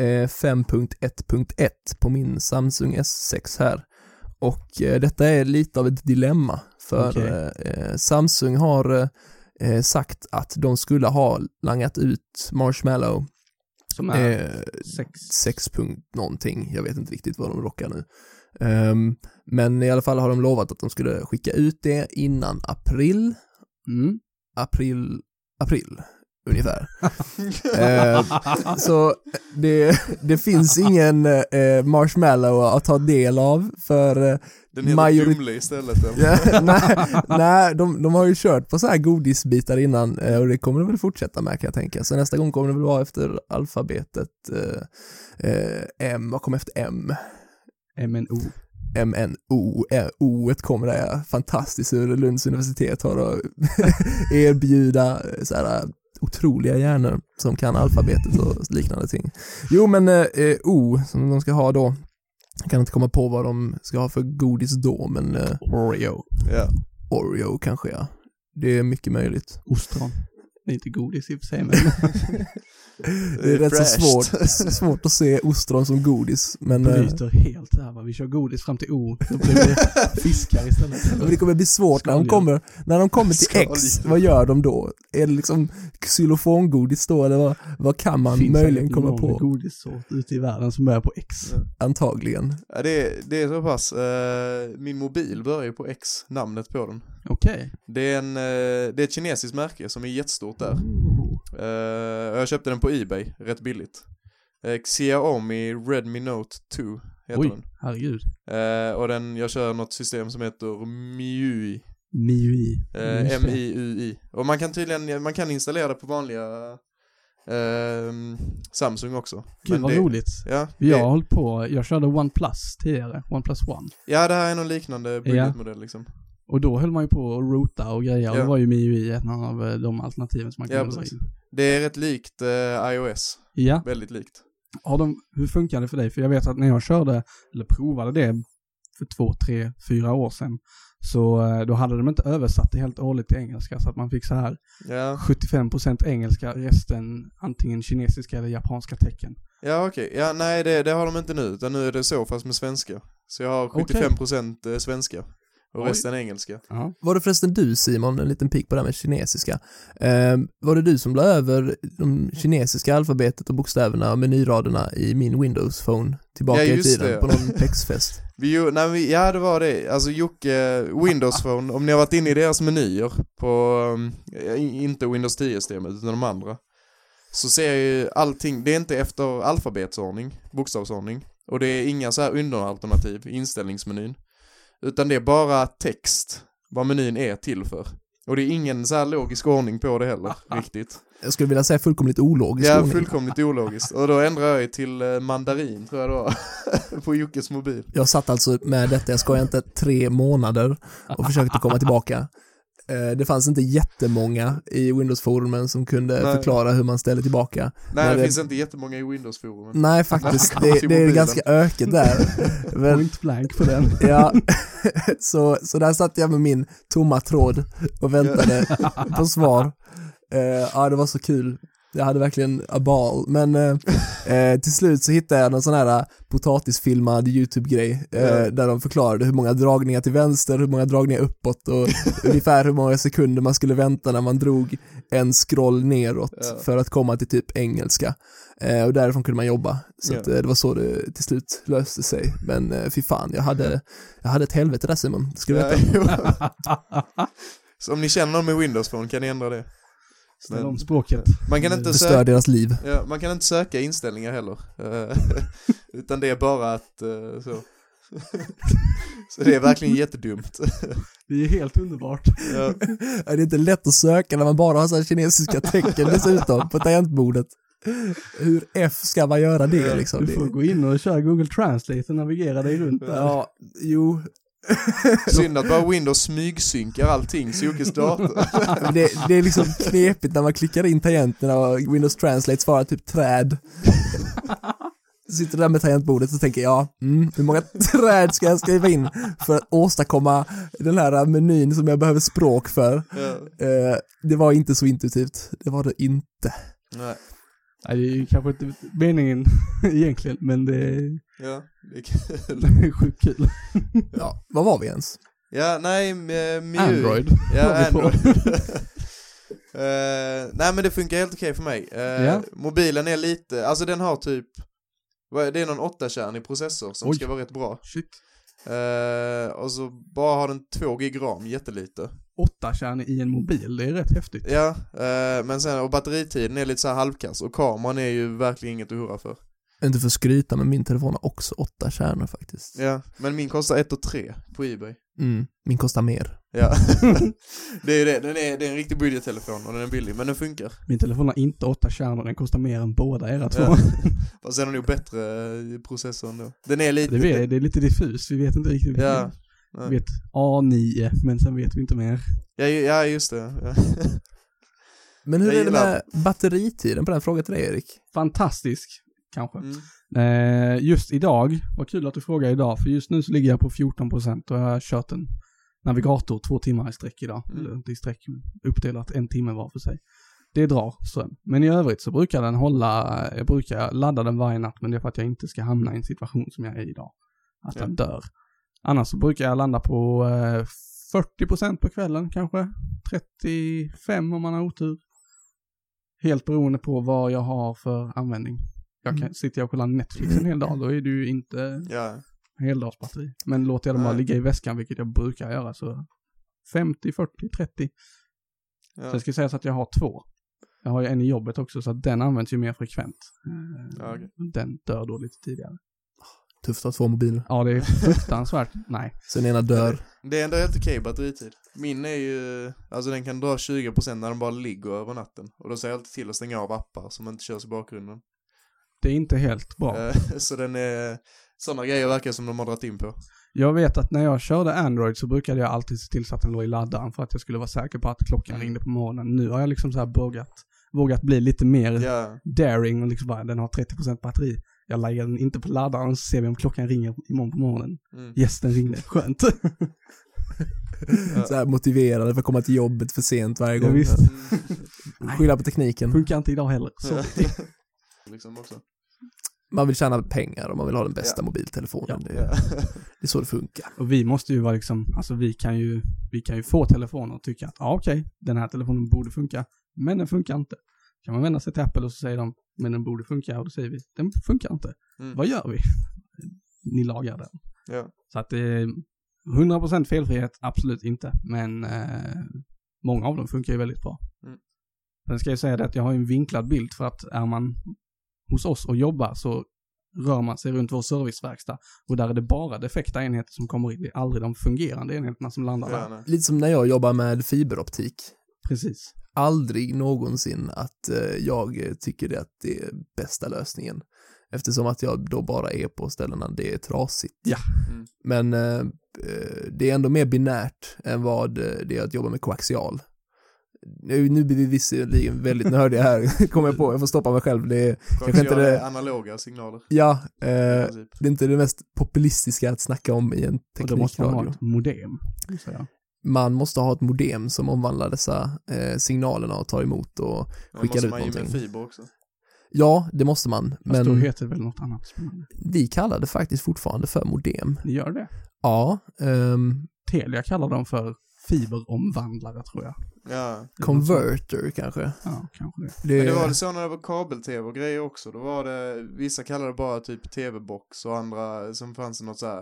Speaker 2: 5.1.1 på min Samsung S6 här. Och detta är lite av ett dilemma. För Samsung har sagt att de skulle ha langat ut Marshmallow.
Speaker 1: Som är
Speaker 2: 6. någonting. Jag vet inte riktigt vad de rockar nu. Men i alla fall har de lovat att de skulle skicka ut det innan april. April ungefär. Så det finns ingen Marshmallow att ta del av för
Speaker 3: den heter Dumle istället.
Speaker 2: Nej, de har ju kört på så här godisbitar innan och det kommer de väl fortsätta med kan jag tänka. Så nästa gång kommer det väl vara efter alfabetet M. Vad kommer efter M?
Speaker 1: MNO.
Speaker 2: MNO. O-et kommer där. Fantastiskt hur Lunds universitet har att erbjuda så här otroliga hjärnor som kan alfabetet och liknande ting. Jo, men O som de ska ha då. Jag kan inte komma på vad de ska ha för godis då, men
Speaker 1: Oreo.
Speaker 3: Ja.
Speaker 2: Oreo kanske, ja. Det är mycket möjligt.
Speaker 1: Ostron. Det är inte godis i och för sig, men...
Speaker 2: Det är rätt
Speaker 3: fräscht.
Speaker 2: så svårt att se ostron som godis. Men
Speaker 1: bryter helt där, va? Vi kör godis fram till O. Då blir det fiskar istället.
Speaker 2: det kommer bli svårt när de kommer till X. Vad gör de då? Är det liksom xylofongodis då? Eller vad kan man
Speaker 1: Finns
Speaker 2: möjligen komma
Speaker 1: någon
Speaker 2: på?
Speaker 1: godissort ute i världen som börjar på X.
Speaker 2: Antagligen.
Speaker 3: Ja, det är så pass. Min mobil börjar ju på X, namnet på den.
Speaker 1: Okej.
Speaker 3: Det är ett kinesiskt märke som är jättestort där. Jag köpte den på eBay, rätt billigt. Xiaomi Redmi Note 2 heter
Speaker 1: Oj,
Speaker 3: den.
Speaker 1: herregud.
Speaker 3: Och jag kör något system som heter MIUI.
Speaker 1: MIUI.
Speaker 3: MIUI. Och man kan installera det på vanliga Samsung också.
Speaker 1: Gud, vad roligt.
Speaker 3: Ja,
Speaker 1: Jag körde OnePlus tidigare, OnePlus One.
Speaker 3: ja, det här är någon liknande budgetmodell liksom.
Speaker 1: Och då höll man ju på att roota och grejer.
Speaker 3: Ja.
Speaker 1: Och det var ju MIUI ett av de alternativen som man kunde dra in.
Speaker 3: Det är rätt likt iOS.
Speaker 1: Ja.
Speaker 3: Väldigt likt.
Speaker 1: Hur funkar det för dig? För jag vet att när jag provade det för 2, 3, 4 år sedan, så då hade de inte översatt det helt och hållet till engelska, så att man fick så här 75% engelska, resten antingen kinesiska eller japanska tecken.
Speaker 3: Ja, okej. Ja, nej, det har de inte nu, utan nu är det så fast med svenska. Så jag har 75% svenska och resten engelska.
Speaker 1: Ja.
Speaker 2: Var det förresten du, Simon, en liten pik på det här med kinesiska? Var det du som la över de kinesiska alfabetet och bokstäverna och menyraderna i min Windows Phone tillbaka i tiden på någon plexfest?
Speaker 3: Ja, det var det. Alltså Jocke, Windows Phone, om ni har varit inne i deras menyer på, inte Windows 10-systemet utan de andra, så ser ju allting, det är inte efter alfabetsordning, bokstavsordning, och det är inga så här underalternativ i inställningsmenyn, utan det är bara text, vad menyn är till för. Och det är ingen så här logisk ordning på det heller, riktigt.
Speaker 2: Jag skulle vilja säga fullkomligt ologiskt.
Speaker 3: Ja, fullkomligt ologiskt. Och då ändrar jag till mandarin, tror jag då, på Jockes mobil.
Speaker 2: Jag satt alltså med detta, jag skojar inte, 3 månader och försökte komma tillbaka. Det fanns inte jättemånga i Windows-forumen som kunde förklara hur man ställer tillbaka.
Speaker 3: Nej, det finns inte jättemånga i Windows-forumen.
Speaker 2: Nej, faktiskt. Det är ganska öket där.
Speaker 1: Point blank på den.
Speaker 2: Ja, så där satt jag med min tomma tråd och väntade på svar. Ja, det var så kul. Jag hade verkligen a ball. Men till slut så hittade jag någon sån här potatisfilmad YouTube-grej där de förklarade hur många dragningar till vänster, hur många dragningar uppåt och ungefär hur många sekunder man skulle vänta när man drog en scroll neråt för att komma till typ engelska. Och därifrån kunde man jobba. Så att, det var så det till slut löste sig. Men fy fan, jag hade ett helvete där, Simon. Det skulle jag veta.
Speaker 3: Så om ni känner någon med Windows Phone kan ni ändra det.
Speaker 1: Ställ om språket.
Speaker 3: Man kan inte
Speaker 2: bestör deras liv.
Speaker 3: Ja, man kan inte söka inställningar heller. Utan det är bara att så. Så det är verkligen jättedumt.
Speaker 1: Det är helt underbart.
Speaker 3: Ja.
Speaker 2: Det är inte lätt att söka när man bara har så här kinesiska tecken dessutom på tangentbordet. Hur F ska man göra det liksom?
Speaker 1: Du får gå in och köra Google Translate och navigera dig runt där.
Speaker 2: Ja, jo.
Speaker 3: Synd att bara Windows smygsynkar allting så Jockes dator.
Speaker 2: Det är liksom knepigt när man klickar in tangenterna och Windows Translate svarar typ träd. Sitter där med tangentbordet och tänker hur många träd ska jag skriva in för att åstadkomma den här menyn som jag behöver språk för. Det var inte så intuitivt. Det var det inte.
Speaker 3: Nej.
Speaker 1: Nej, det är ju kanske inte meningen egentligen, men det är,
Speaker 3: det är kul.
Speaker 1: Det är sjukt kul.
Speaker 2: Ja, vad var vi ens?
Speaker 3: Ja, nej,
Speaker 1: Android.
Speaker 3: Ja, Android. Nej, men det funkar helt okej för mig. Mobilen är lite, alltså den har typ, det är någon 8-kärnig processor som ska vara rätt bra.
Speaker 1: Shit.
Speaker 3: Och så bara har den 2 gig RAM, jättelite.
Speaker 1: 8-kärn i en mobil, det är rätt häftigt.
Speaker 3: Ja, men sen, och batteritiden är lite så här halvkass. Och kameran är ju verkligen inget att hurra för.
Speaker 2: Inte för skryta, men min telefon har också 8 kärnor faktiskt.
Speaker 3: Ja, men min kostar 1 3 på eBay.
Speaker 2: Min kostar mer.
Speaker 3: Ja, det är det. Det är en riktig budgettelefon och den är billig, men den funkar.
Speaker 1: Min telefon har inte 8 kärnor, den kostar mer än båda era 2.
Speaker 3: Ja. Och sen är den nog bättre processorn då. Den är lite...
Speaker 1: Det är lite diffus, vi vet inte riktigt.
Speaker 3: Ja.
Speaker 1: Vi vet A9, men sen vet vi inte mer.
Speaker 3: Ja, just det. Ja.
Speaker 2: Men hur är det med batteritiden på den frågan till dig, Erik?
Speaker 1: Fantastisk, kanske. Just idag, vad kul att du frågar idag, för just nu så ligger jag på 14% och jag har kört en navigator 2 timmar i sträck idag. Eller inte i sträck, uppdelat 1 timme var för sig. Det drar ström. Men i övrigt så brukar den jag brukar ladda den varje natt, men det är för att jag inte ska hamna i en situation som jag är i idag. Att den dör. Annars så brukar jag landa på 40% på kvällen kanske. 35 om man har otur. Helt beroende på vad jag har för användning. Jag kan sitta och kolla Netflix en hel dag, då är det ju inte heldagsbatteri. Men låter jag dem bara ligga i väskan, vilket jag brukar göra, så 50, 40, 30. Ja. Så jag ska säga så att jag har 2. Jag har ju en i jobbet också, så att den används ju mer frekvent. Den dör då lite tidigare.
Speaker 2: Tufft att ha 2 mobiler.
Speaker 1: Ja, det är fruktansvärt. Nej.
Speaker 2: Så den ena dör.
Speaker 3: Det är ändå helt okej batteritid. Min är ju, alltså den kan dra 20% när den bara ligger över natten. Och då säger jag alltid till att stänga av appar som inte körs i bakgrunden.
Speaker 1: Det är inte helt bra.
Speaker 3: Så den är, sådana grejer verkar som de har dragit in på.
Speaker 1: Jag vet att när jag körde Android så brukade jag alltid se till så att den låg i laddaren för att jag skulle vara säker på att klockan ringde på morgonen. Nu har jag liksom så här vågat bli lite mer daring och liksom bara, den har 30% batteri. Jag lägger den inte på laddaren och så ser vi om klockan ringer imorgon på morgonen. Yes, den ringde. Skönt.
Speaker 2: Så här motiverande för att komma till jobbet för sent varje gång.
Speaker 1: Ja, visst.
Speaker 2: Skylla på tekniken.
Speaker 1: Funkar inte idag heller. Så.
Speaker 3: Liksom också.
Speaker 2: Man vill tjäna pengar och man vill ha den bästa mobiltelefonen. Det är så det funkar.
Speaker 1: Och vi måste ju vara liksom, alltså vi kan ju få telefoner och tycka att okej, den här telefonen borde funka, men den funkar inte. Kan man vända sig till Apple och så säger de, men den borde funka, och då säger vi, den funkar inte. Vad gör vi? Ni lagar den.
Speaker 3: Ja.
Speaker 1: Så att det är 100% felfrihet, absolut inte, men många av dem funkar ju väldigt bra. Sen ska jag säga det att jag har en vinklad bild, för att är man hos oss och jobbar så rör man sig runt vår serviceverkstad, och där är det bara defekta enheter som kommer in. Det är aldrig de fungerande enheterna som landar där.
Speaker 2: Lite som när jag jobbar med fiberoptik.
Speaker 1: Precis.
Speaker 2: Aldrig någonsin att jag tycker att det är bästa lösningen. Eftersom att jag då bara är på ställena det är trasigt.
Speaker 1: Ja.
Speaker 2: Men det är ändå mer binärt än vad det är att jobba med koaxial. Nu blir vi visserligen väldigt nördiga här, kommer jag på. Jag får stoppa mig själv. Det är kanske inte det
Speaker 3: analoga signaler.
Speaker 2: Ja, det är inte det mest populistiska att snacka om i en teknikradio. Och då måste man
Speaker 1: ha ett modem.
Speaker 2: Man måste ha ett modem som omvandlar dessa signalerna och tar emot och skickar ut någonting.
Speaker 3: Måste man ge med fiber också?
Speaker 2: Ja, det måste man.
Speaker 1: Men då heter det väl något annat spännande.
Speaker 2: Vi kallar det faktiskt fortfarande för modem.
Speaker 1: Ni gör det?
Speaker 2: Ja.
Speaker 1: Telia kallar dem för fiberomvandlare, tror jag.
Speaker 3: Ja.
Speaker 2: Converter kanske.
Speaker 1: Ja, kanske det.
Speaker 3: Men det var det så när det var kabel-tv och grejer också. Då var det, vissa kallade det bara typ tv-box och andra som fanns något så här.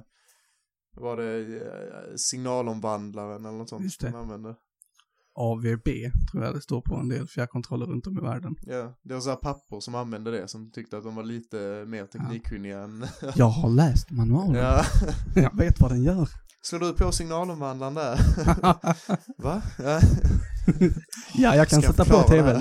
Speaker 3: Var det signalomvandlaren eller något sånt som man använde?
Speaker 1: AVB tror jag det står på en del fjärrkontroller runt om i världen.
Speaker 3: Ja, det var så här pappor som använde det, som tyckte att de var lite mer teknikkunniga än...
Speaker 1: Jag har läst manualen.
Speaker 3: Ja.
Speaker 1: Jag vet vad den gör.
Speaker 3: Slår du på signalomvandlaren där? Va? Ja.
Speaker 1: Ja, jag kan sätta på tvn.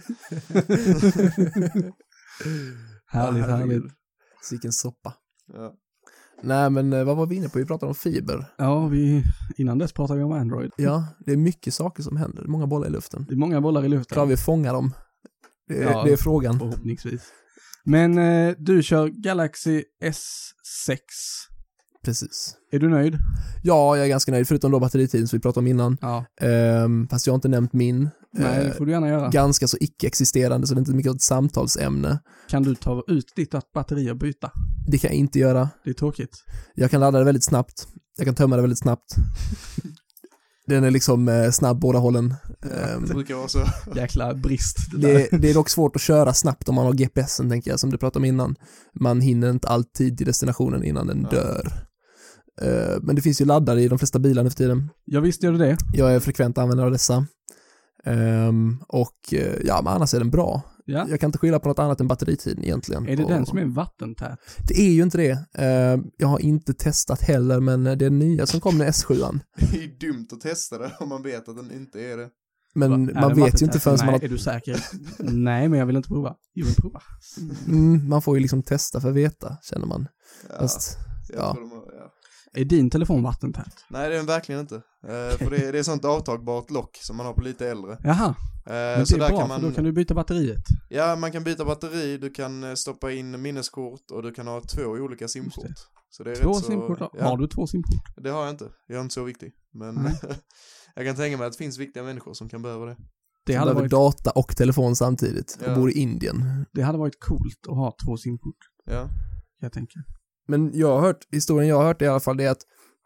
Speaker 1: Härligt.
Speaker 2: Sicken soppa.
Speaker 3: Ja.
Speaker 2: Nej, men vad var vi inne på? Vi pratade om fiber.
Speaker 1: Ja, innan dess pratade vi om Android.
Speaker 2: Ja, det är mycket saker som händer. Det är många bollar i luften.
Speaker 1: Det är många bollar i luften.
Speaker 2: Klarar vi fånga dem? Det är frågan.
Speaker 1: Förhoppningsvis. Men du kör Galaxy S6.
Speaker 2: Precis.
Speaker 1: Är du nöjd?
Speaker 2: Ja, jag är ganska nöjd. Förutom då batteritiden som vi pratade om innan.
Speaker 1: Ja.
Speaker 2: Fast jag har inte nämnt min.
Speaker 1: Nej, det får du gärna göra.
Speaker 2: Ganska så icke-existerande, så det är inte mycket ett samtalsämne.
Speaker 1: Kan du ta ut ditt batteri och byta?
Speaker 2: Det kan jag inte göra.
Speaker 1: Det är tråkigt.
Speaker 2: Jag kan ladda det väldigt snabbt. Jag kan tömma det väldigt snabbt. Den är liksom snabb båda hållen.
Speaker 3: Det brukar vara så.
Speaker 1: Jäkla brist.
Speaker 2: Det är dock svårt att köra snabbt om man har GPSen, tänker jag, som du pratade om innan. Man hinner inte alltid till destinationen innan den dör. Men det finns ju laddare i de flesta bilar nu för tiden.
Speaker 1: Ja, visst gör det.
Speaker 2: Jag är frekvent användare av dessa. Men annars är den bra.
Speaker 1: Ja.
Speaker 2: Jag kan inte skylla på något annat än batteritiden egentligen.
Speaker 1: Är det den som är vattentät?
Speaker 2: Det är ju inte det. Jag har inte testat heller, men det är nya som kom med S7an.
Speaker 3: Det är ju dumt att testa det om man vet att den inte är det.
Speaker 2: Men
Speaker 1: Är
Speaker 2: man
Speaker 1: den
Speaker 2: vet ju inte
Speaker 1: vattentät?
Speaker 2: förrän
Speaker 1: Nej,
Speaker 2: man har...
Speaker 1: är du säker? Nej, men jag vill inte prova. Jo, men prova.
Speaker 2: Man får ju liksom testa för att veta, känner man.
Speaker 3: Ja,
Speaker 2: Fast,
Speaker 3: jag
Speaker 2: ja.
Speaker 3: tror de har, ja.
Speaker 1: Är din telefon vattentät?
Speaker 3: Nej, det är den verkligen inte. För det är sånt avtagbart lock som man har på lite äldre.
Speaker 1: Jaha, men
Speaker 3: Så
Speaker 1: det är
Speaker 3: där
Speaker 1: bra,
Speaker 3: kan man,
Speaker 1: för då kan du byta batteriet.
Speaker 3: Ja, man kan byta batteri, du kan stoppa in minneskort och du kan ha 2 olika simkort. Så det är
Speaker 1: 2
Speaker 3: rätt så,
Speaker 1: simkort?
Speaker 3: ja,
Speaker 1: Har du 2 simkort?
Speaker 3: det har jag inte. Jag är inte så viktig. Men jag kan tänka mig att det finns viktiga människor som kan behöva det.
Speaker 1: Det
Speaker 2: Man
Speaker 1: hade,
Speaker 2: behöver
Speaker 1: varit,
Speaker 2: data och telefon samtidigt.
Speaker 3: Ja.
Speaker 2: Jag bor i Indien.
Speaker 1: det hade varit coolt att ha 2 simkort,
Speaker 3: Ja.
Speaker 1: jag tänker.
Speaker 2: Men historien jag har hört i alla fall, det är att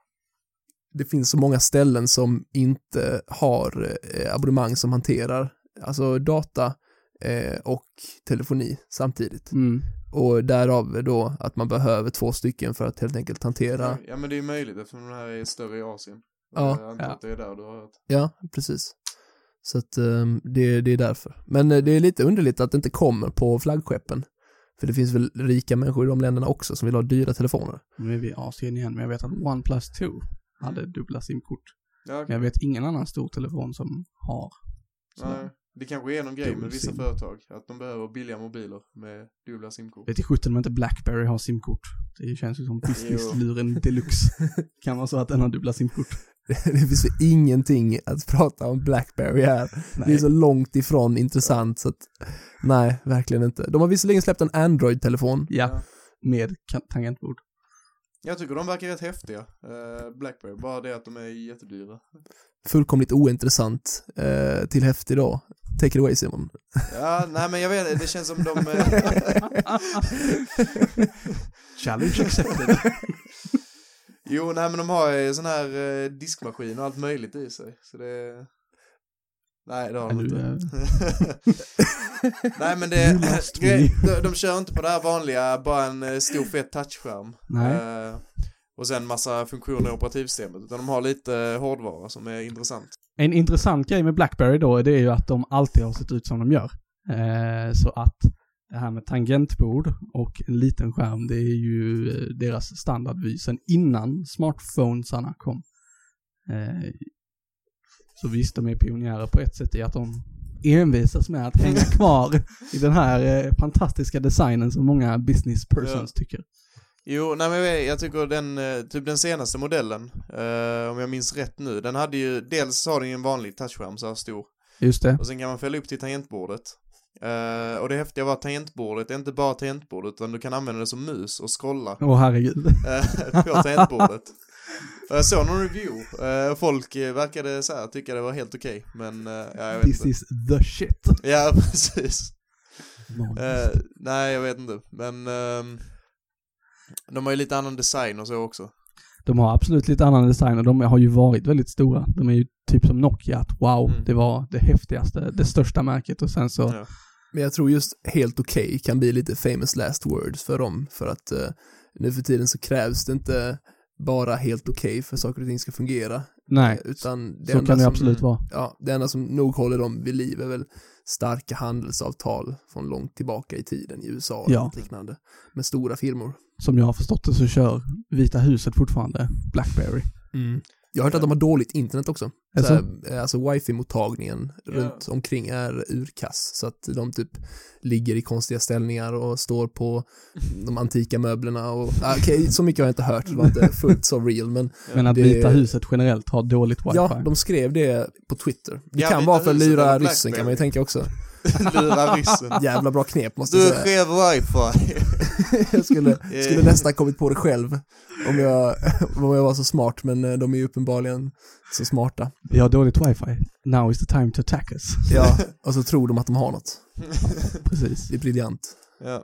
Speaker 2: det finns så många ställen som inte har abonnemang som hanterar alltså data och telefoni samtidigt.
Speaker 1: Mm.
Speaker 2: Och därav då att man behöver 2 stycken för att helt enkelt hantera.
Speaker 3: Ja, men det är möjligt eftersom den här är större i Asien.
Speaker 2: Ja.
Speaker 3: Jag antar att det är där du har hört.
Speaker 2: Ja, precis. Så att det är därför. Men det är lite underligt att det inte kommer på flaggskeppen. För det finns väl rika människor i de länderna också som vill ha dyra telefoner.
Speaker 1: Nu är vi i Asien igen, men jag vet att OnePlus 2 hade dubbla simkort.
Speaker 3: Ja,
Speaker 1: Men
Speaker 3: okay.
Speaker 1: jag vet ingen annan stor telefon som har.
Speaker 3: Nej, det kanske är någon grej med
Speaker 1: Dual
Speaker 3: vissa
Speaker 1: sim.
Speaker 3: företag. Att de behöver billiga mobiler med dubbla simkort.
Speaker 1: Vet i 17 om inte BlackBerry har simkort. Det känns ju som business-luren deluxe. Kan vara så att den har dubbla simkort.
Speaker 2: Det finns ju ingenting att prata om BlackBerry här.
Speaker 1: Nej.
Speaker 2: Det är så långt ifrån intressant så att nej, verkligen inte. De har visserligen släppt en Android-telefon.
Speaker 1: Ja, med tangentbord.
Speaker 3: Jag tycker de verkar rätt häftiga. BlackBerry, bara det att de är jättedyra.
Speaker 2: Fullkomligt ointressant till häftig då. Take it away, Simon.
Speaker 3: Ja, nej men jag vet, det känns som de...
Speaker 1: Challenge accepted.
Speaker 3: Jo, nej men de har ju sån här diskmaskin och allt möjligt i sig. Så det... Nej, det har de inte. Nej, men det... de kör inte på det här vanliga, bara en stor fet touchskärm.
Speaker 1: Nej.
Speaker 3: Och sen massa funktioner i operativsystemet. Utan de har lite hårdvara som är intressant.
Speaker 1: En intressant grej med BlackBerry då, det är ju att de alltid har sett ut som de gör. Så att det här med tangentbord och en liten skärm, det är ju deras standardvy sen innan smartphonesarna kom. Så visst, de är pionjärer på ett sätt i att de envisas med att hänga kvar i den här fantastiska designen som många business persons tycker.
Speaker 3: Jo, nej men jag tycker den senaste modellen, om jag minns rätt nu, den hade ju, dels har den ju en vanlig touchskärm så här stor.
Speaker 1: Just det.
Speaker 3: Och sen kan man fälla upp till tangentbordet. Och det häftiga var att tangentbordet är inte bara tangentbordet, utan du kan använda det som mus och scrolla
Speaker 1: Herregud.
Speaker 3: på tangentbordet. Jag såg någon review. Folk verkade så här, tycka det var helt okej. Men ja, jag vet
Speaker 1: This
Speaker 3: inte.
Speaker 1: is the shit.
Speaker 3: Ja, precis. Nej, jag vet inte. Men de har ju lite annan design och så också.
Speaker 1: De har absolut lite annan design och de har ju varit väldigt stora. De är ju typ som Nokia, att wow, det var det häftigaste, det största märket och sen så...
Speaker 3: Ja.
Speaker 2: Men jag tror just helt okej kan bli lite famous last words för dem. För att nu för tiden så krävs det inte bara helt okej för saker och ting ska fungera.
Speaker 1: Nej,
Speaker 2: utan det
Speaker 1: så
Speaker 2: enda
Speaker 1: kan det
Speaker 2: som,
Speaker 1: absolut vara.
Speaker 2: Ja, det enda som nog håller dem vid liv är väl starka handelsavtal från långt tillbaka i tiden i USA och
Speaker 1: Ja.
Speaker 2: liknande. Med stora firmor.
Speaker 1: Som jag har förstått det så kör Vita huset fortfarande BlackBerry.
Speaker 2: Jag har hört att de har dåligt internet också.
Speaker 1: Alltså?
Speaker 2: Alltså wifi-mottagningen runt omkring är urkass. Så att de typ ligger i konstiga ställningar och står på de antika möblerna. Okej, så mycket har jag inte hört. Det var inte fullt så real. Men
Speaker 1: att Vita huset generellt har dåligt wifi.
Speaker 2: ja, de skrev det på Twitter. Det
Speaker 3: Ja,
Speaker 2: kan
Speaker 3: Vita
Speaker 2: vara för att
Speaker 3: huset
Speaker 2: lura
Speaker 3: eller
Speaker 2: ryssen kan man ju tänka också.
Speaker 3: Lura ryssen.
Speaker 2: Jävla bra knep måste
Speaker 3: Du
Speaker 2: jag säga.
Speaker 3: skrev wifi.
Speaker 2: Jag skulle nästan kommit på det själv om jag var så smart, men de är ju uppenbarligen så smarta.
Speaker 1: Vi har dåligt wifi. Now is the time to attack us.
Speaker 2: Ja, och så tror de att de har något.
Speaker 1: Precis.
Speaker 2: Det är briljant.
Speaker 3: Ja.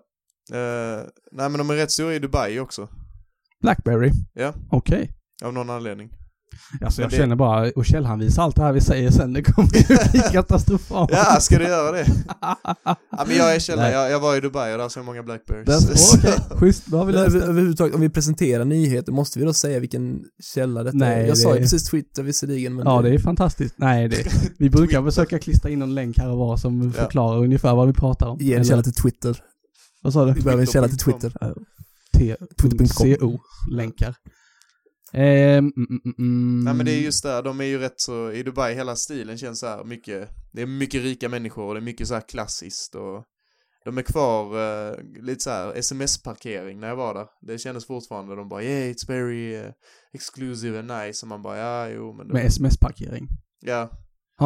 Speaker 3: Nej, men de är rätt stora i Dubai också.
Speaker 1: BlackBerry.
Speaker 3: Ja,
Speaker 1: Okej.
Speaker 3: av någon anledning.
Speaker 1: Alltså jag känner bara, och Kjell han visar allt det här vi säger sen, det kommer bli katastrofalt.
Speaker 3: Ja, ska du göra det? Ja, men jag är Kjell, jag var i Dubai och där så är många Blackberries.
Speaker 1: Okej, schysst, då har vi löst det.
Speaker 2: Överhuvudtaget, om vi presenterar nyheter, måste vi då säga vilken källa detta är? Jag sa ju precis Twitter visserligen. Men
Speaker 1: ja, det är fantastiskt. Nej, vi brukar försöka klistra in någon länk här och var som förklarar ungefär vad vi pratar om.
Speaker 2: Ge en källa till Twitter.
Speaker 1: Vad sa du?
Speaker 2: Vi behöver en källa till Twitter.
Speaker 1: Twitter.co länkar.
Speaker 3: Nej, men det är just där, de är ju rätt så, i Dubai hela stilen känns så här mycket, det är mycket rika människor och det är mycket så här klassiskt och de är kvar lite så här sms-parkering när jag var där. Det kändes fortfarande, de bara yeah, it's very exclusive and nice och man bara ja, jo men
Speaker 1: med sms-parkering?
Speaker 3: Ja.
Speaker 1: Har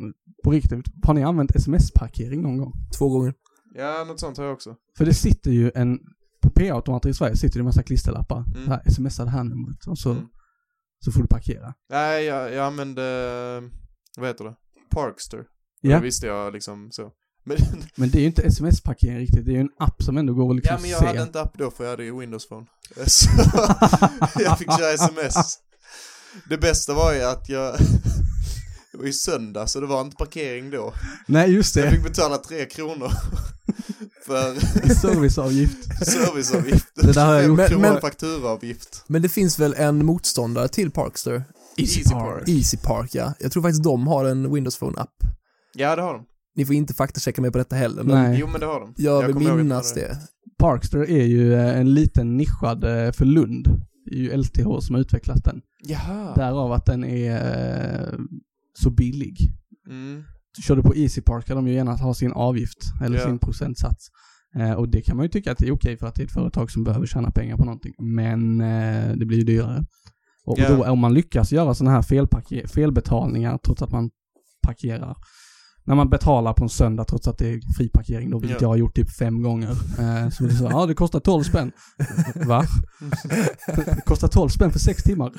Speaker 1: ni använt sms-parkering någon gång?
Speaker 2: 2 gånger.
Speaker 3: Ja, något sånt har jag också.
Speaker 1: För det sitter ju på P-automater i Sverige sitter det en massa klisterlappar. Här, smsar det här numret och så får du parkera.
Speaker 3: Nej, jag använde, vad heter det? Parkster.
Speaker 1: Ja.
Speaker 3: Det visste jag liksom så.
Speaker 1: Men det är ju inte sms-parkering riktigt, det är ju en app som ändå går att liksom
Speaker 3: se. Ja, men jag hade inte app då för jag hade ju Windows Phone. Så jag fick köra sms. Det bästa var ju att det var ju söndag så det var inte parkering då.
Speaker 1: Nej, just det.
Speaker 3: Jag fick betala 3 kronor för
Speaker 1: serviceavgift.
Speaker 2: Det där har jag gjort.
Speaker 3: Men fakturaavgift.
Speaker 2: Men det finns väl en motståndare till Parkster? Easy Park, ja. Jag tror faktiskt de har en Windows Phone-app.
Speaker 3: Ja, det har de.
Speaker 2: Ni får inte faktachecka mig på detta heller. Men
Speaker 1: nej.
Speaker 3: Jo, men det har de.
Speaker 2: Jag vill minnas det.
Speaker 1: Parkster är ju en liten nischad för Lund. Det är ju LTH som har utvecklat den.
Speaker 3: Jaha.
Speaker 1: Därav att den är så billig. Kör du på Easy Park kan de ju gärna ha sin avgift eller sin procentsats. Och det kan man ju tycka att det är okej för att det är ett företag som behöver tjäna pengar på någonting. Men det blir ju dyrare. Och då om man lyckas göra sådana här felbetalningar trots att man parkerar. När man betalar på en söndag trots att det är fri parkering, då vilket jag har gjort typ 5 gånger. Så det är så, det kostar 12 spänn. Va? Det kostar 12 spänn för 6 timmar.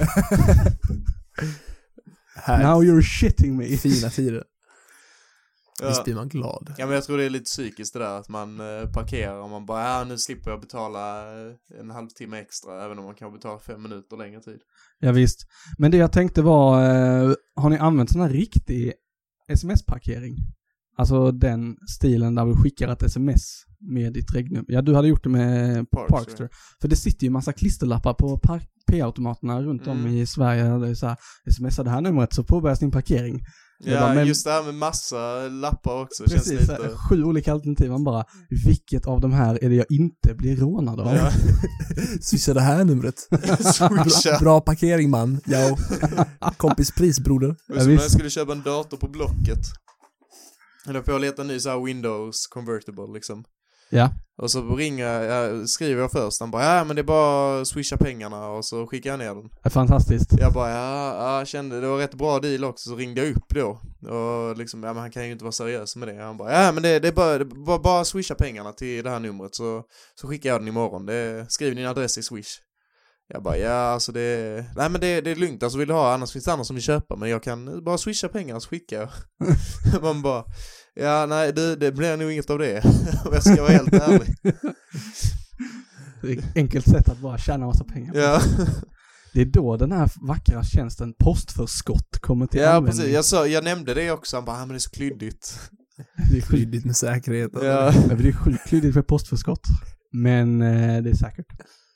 Speaker 1: Now you're shitting me.
Speaker 2: Fina tider. Visst blir man glad.
Speaker 3: Ja, men jag tror det är lite psykiskt det där att man parkerar och man bara, nu slipper jag betala en halvtimme extra även om man kan betala 5 minuter längre tid.
Speaker 1: Ja, visst. Men det jag tänkte var, har ni använt sån här riktig sms-parkering? Alltså den stilen där du skickar ett sms med ditt regnummer. Ja, du hade gjort det med Parkster. För det sitter ju massa klisterlappar på P-automaterna runt om i Sverige. Där det är så här, smsar det här numret så påbörjas din parkering.
Speaker 3: Ja,
Speaker 1: bara, men
Speaker 3: just det här med massa lappar också.
Speaker 1: Precis,
Speaker 3: känns lite...
Speaker 1: 7 olika alternativ. Man bara, vilket av de här är det jag inte blir rånad av?
Speaker 3: Ja.
Speaker 2: Swisha det här numret. Bra parkering, man. Ja. Kompis pris, broder.
Speaker 3: Det var som när jag skulle köpa en dator på Blocket. Eller får jag leta en ny så här Windows convertible liksom.
Speaker 1: Ja.
Speaker 3: Och så skriver jag först. Han bara, men det är bara att swisha pengarna och så skickar jag ner den.
Speaker 1: Det är fantastiskt.
Speaker 3: Jag bara, kände det var rätt bra deal också. Så ringde jag upp då. Och liksom, men han kan ju inte vara seriös med det. Han bara, men det är bara swisha pengarna till det här numret. Så skickar jag den imorgon. Skriv din adress i Swish. Jag bara, alltså det är lugnt. Alltså vill du ha, annars finns det andra som vill köpa. Men jag kan bara swisha pengarna så skickar jag. Man bara, nej det blir nog inget av det. Om jag ska vara helt ärlig.
Speaker 1: Det är ett enkelt sätt att bara tjäna massa pengar.
Speaker 3: Ja.
Speaker 1: Det är då den här vackra tjänsten postförskott kommer till användning.
Speaker 3: Ja, precis. Jag nämnde det också. Han bara, men det är så klyddigt.
Speaker 2: Det är klyddigt med säkerhet.
Speaker 3: Ja.
Speaker 1: Men det är sjukt klyddigt för postförskott. Men det är säkert.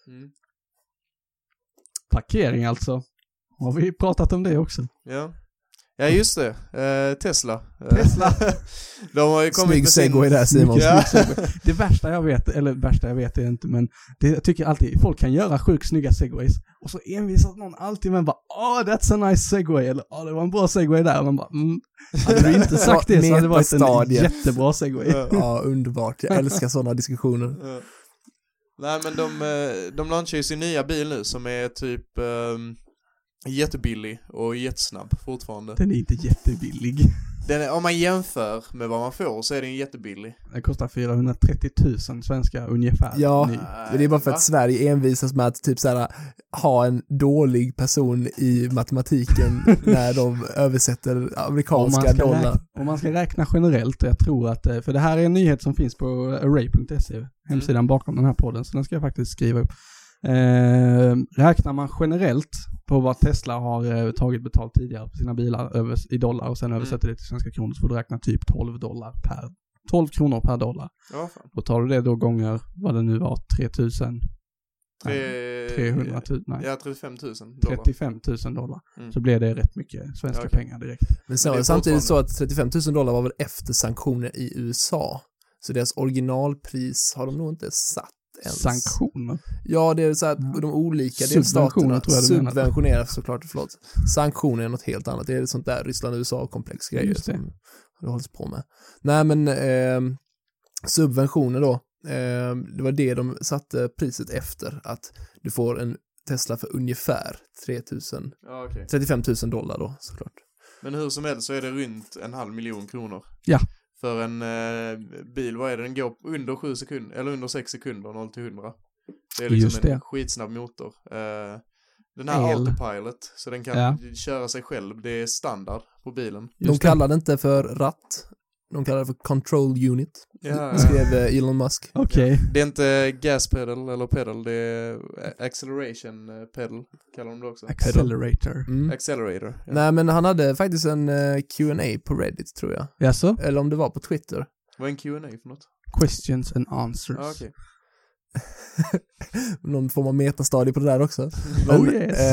Speaker 1: Parkering alltså. Har vi pratat om det också?
Speaker 3: Ja, just det. Tesla. De har ju kommit
Speaker 2: med segway där, Simon.
Speaker 3: Ja.
Speaker 1: Det värsta jag vet är det inte, men jag tycker alltid folk kan göra sjukt snygga segways och så envisas någon alltid med bara, that's a nice segway, eller det var en bra segway där, och man bara, hade du inte sagt det så hade det varit en jättebra segway.
Speaker 2: Ja, underbart. Jag älskar sådana diskussioner.
Speaker 3: Ja. Nej, men de launchar ju sin nya bil nu som är typ jättebillig och jättesnabb fortfarande.
Speaker 1: Den är inte jättebillig.
Speaker 3: Om man jämför med vad man får så är den jättebillig.
Speaker 1: Den kostar 430 000 svenska ungefär.
Speaker 2: Ja, det är bara för att Sverige envisas med att typ såhär, ha en dålig person i matematiken när de översätter amerikanska dollar.
Speaker 1: Om man ska räkna generellt, och jag tror att, för det här är en nyhet som finns på array.se, hemsidan bakom den här podden, så den ska jag faktiskt skriva upp. Räknar man generellt på vad Tesla har tagit betalt tidigare på sina bilar i dollar och sen översätter det till svenska kronor, så får du räkna typ 12 kronor per dollar.
Speaker 3: Ja, fan.
Speaker 1: Då tar du det då gånger vad det nu var, 300 000, nej.
Speaker 3: Ja, 35 000 dollar.
Speaker 1: 35 000 dollar. Så blir det rätt mycket svenska pengar direkt.
Speaker 2: Men sen var det samtidigt så att 35 000 dollar var väl efter sanktioner i USA. Så deras originalpris har de nog inte satt ens.
Speaker 1: Sanktioner?
Speaker 2: Ja, det är så att de olika delstaterna subventionerar såklart, förlåt. Sanktioner är något helt annat. Det är ett sånt där Ryssland-USA-komplex grejer som det hålls på med. Nej, men subventioner då. Det var det de satte priset efter, att du får en Tesla för ungefär 35 000 dollar då, såklart.
Speaker 3: Men hur som helst så är det runt 500 000 kronor.
Speaker 1: Ja.
Speaker 3: För en bil, vad är det? Den går under 7 sekunder, eller under 6 sekunder, 0-100. Det är liksom en skitsnabb motor. Den här Autopilot, så den kan köra sig själv. Det är standard på bilen.
Speaker 2: De kallar det inte för ratt. De kallar det för control unit. Skrev Elon Musk.
Speaker 1: Okay.
Speaker 3: Det är inte gas pedal eller pedal, det är acceleration pedal kallar de det också.
Speaker 1: Accelerator.
Speaker 3: Accelerator. Ja.
Speaker 2: Nej, men han hade faktiskt en Q&A på Reddit, tror jag.
Speaker 1: Jaså?
Speaker 2: Eller om det var på Twitter.
Speaker 3: Vad är en Q&A för något?
Speaker 1: Questions and answers.
Speaker 3: Okay.
Speaker 2: Någon form av metastadie på det där också. Men,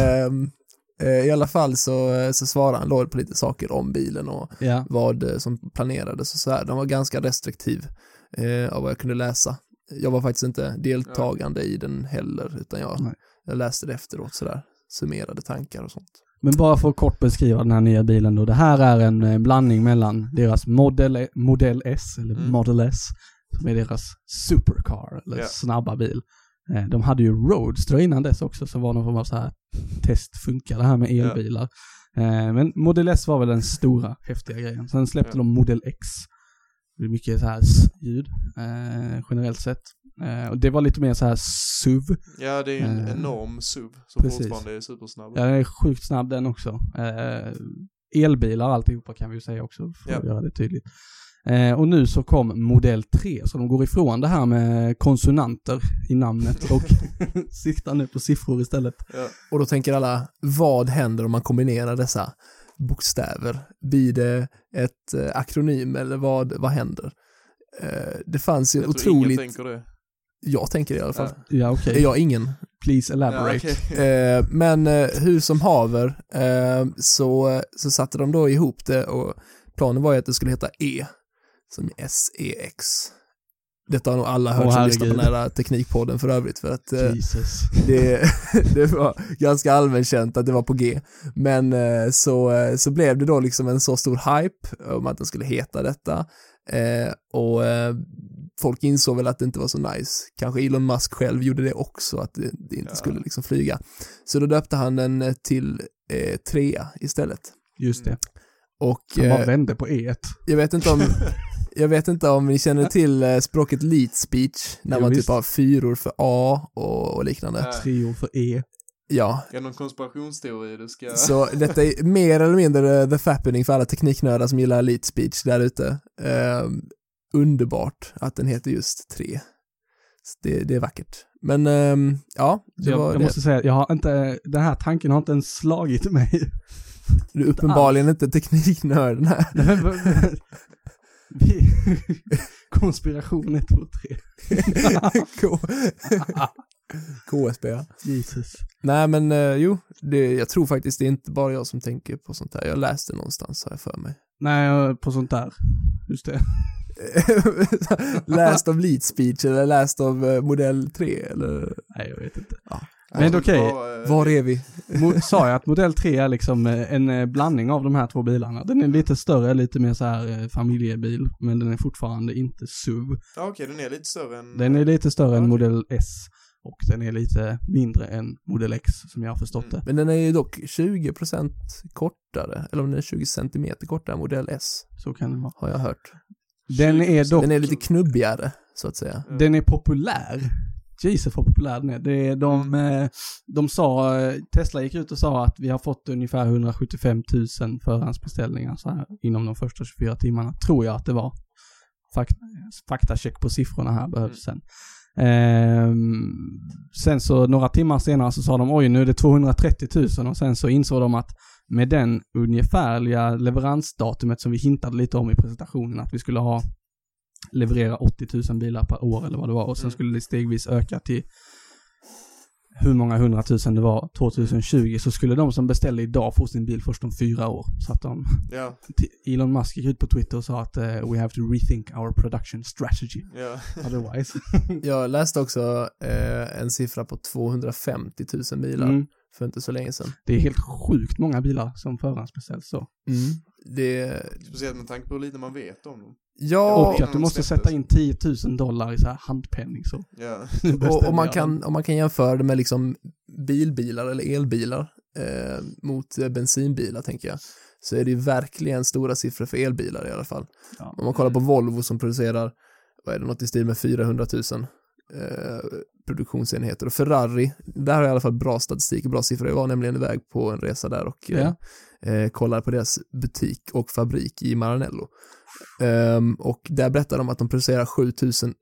Speaker 2: i alla fall så svarade han då på lite saker om bilen och vad som planerades och så här. Den var ganska restriktiv av vad jag kunde läsa. Jag var faktiskt inte deltagande i den heller, utan jag läste det efteråt så där, summerade tankar och sånt.
Speaker 1: Men bara för att kort beskriva den här nya bilen då. Det här är en blandning mellan deras Model S eller Model S, som är deras supercar eller snabba bil. De hade ju Roadster innan dess också, som var någon form av så här test, funkar det här med elbilar. Men Model S var väl den stora häftiga grejen. Sen släppte de Model X. Det är mycket så här ljud generellt sett. Och det var lite mer så här SUV.
Speaker 3: Ja, det är ju en enorm SUV som fortfarande är supersnabb.
Speaker 1: Ja, den är sjukt snabb den också. Elbilar alltihopa kan vi ju säga också, för att göra det tydligt. Och nu så kom Model 3, så de går ifrån det här med konsonanter i namnet och siktar nu på siffror istället.
Speaker 2: Ja. Och då tänker alla, vad händer om man kombinerar dessa bokstäver? Blir det ett akronym eller vad händer? Det fanns ju
Speaker 3: jag
Speaker 2: otroligt...
Speaker 3: tror ingen tänker det.
Speaker 2: Jag tänker det i alla fall.
Speaker 1: Ja, okej.
Speaker 2: Jag ingen.
Speaker 1: Please elaborate.
Speaker 3: Ja, okay.
Speaker 2: Men hur som haver så satte de då ihop det, och planen var ju att det skulle heta E, som är SEX. Detta har nog alla hört som lyssnar på den här teknikpodden för övrigt, för att det var ganska allmänkänt att det var på G. Men så blev det då liksom en så stor hype om att den skulle heta detta. Och folk insåg väl att det inte var så nice. Kanske Elon Musk själv gjorde det också, att det inte skulle liksom flyga. Så då döpte han den till 3 istället.
Speaker 1: Just det.
Speaker 2: Och
Speaker 1: han bara vände på E1.
Speaker 2: Jag vet inte om ni känner till språket lead speech, när man typ har 4 för A och liknande.
Speaker 1: 3 för E.
Speaker 2: Ja.
Speaker 3: Är det någon konspirationsteori du ska...
Speaker 2: Så detta är mer eller mindre the fappening för alla tekniknördar som gillar lead speech där ute. Underbart att den heter just 3. Det är vackert. Men ja,
Speaker 1: jag måste säga, jag har inte, den här tanken har inte ens slagit mig.
Speaker 2: Du är uppenbarligen inte tekniknörden här.
Speaker 1: Konspiration 1, 2, 3.
Speaker 2: KSB, ja.
Speaker 1: Jesus.
Speaker 2: Nej, men jag tror faktiskt det är inte bara jag som tänker på sånt här. Jag läste någonstans här för mig.
Speaker 1: Nej, på sånt där. Just det.
Speaker 2: Läst av lead speech eller läst av modell 3 eller?
Speaker 1: Nej, jag vet inte.
Speaker 2: Ja.
Speaker 1: Men okej.
Speaker 2: Var är vi?
Speaker 1: Sa jag att modell 3 är liksom en blandning av de här två bilarna. Den är lite större, lite mer så här familjebil, men den är fortfarande inte SUV.
Speaker 3: Ja, okej, den är lite större än...
Speaker 1: Den är lite större än modell S. Och den är lite mindre än modell X, som jag har förstått det.
Speaker 2: Men den är ju dock 20% kortare, eller om den är 20 cm kortare än modell S.
Speaker 1: Så kan det vara.
Speaker 2: Har jag hört.
Speaker 1: Den är
Speaker 2: lite knubbigare, så att säga.
Speaker 1: Den är populär. Jesus, vad populär den är. Det är de sa, Tesla gick ut och sa att vi har fått ungefär 175 000 förhandsbeställningar så här, inom de första 24 timmarna. Tror jag att det var. Faktacheck på siffrorna här behövs sen. Sen så några timmar senare så sa de oj, nu är det 230 000 och sen så insåg de att med den ungefärliga leveransdatumet som vi hintade lite om i presentationen, att vi skulle leverera 80 000 bilar per år eller vad det var, och sen skulle det stegvis öka till hur många 100 000 det var 2020, så skulle de som beställde idag få sin bil först om 4 år. Så att Elon Musk gick ut på Twitter och sa att we have to rethink our production strategy. Otherwise.
Speaker 2: Jag läste också en siffra på 250 000 bilar för inte så länge sedan.
Speaker 1: Det är helt sjukt många bilar som förhandsbeställs så.
Speaker 3: Speciellt med tanke på hur lite man vet om dem.
Speaker 2: Ja,
Speaker 1: och att du måste sätta in $10,000 i så här handpenning så.
Speaker 2: Och man kan jämföra det med liksom bilar eller elbilar mot bensinbilar, tänker jag. Så är det ju verkligen stora siffror för elbilar i alla fall. Ja. Om man kollar på Volvo som producerar, vad är det, något i stil med 400 000 produktionsenheter. Och Ferrari, där har jag i alla fall bra statistik och bra siffror. Jag var nämligen iväg på en resa där och kollade på deras butik och fabrik i Maranello. Och där berättar de att de producerar 7000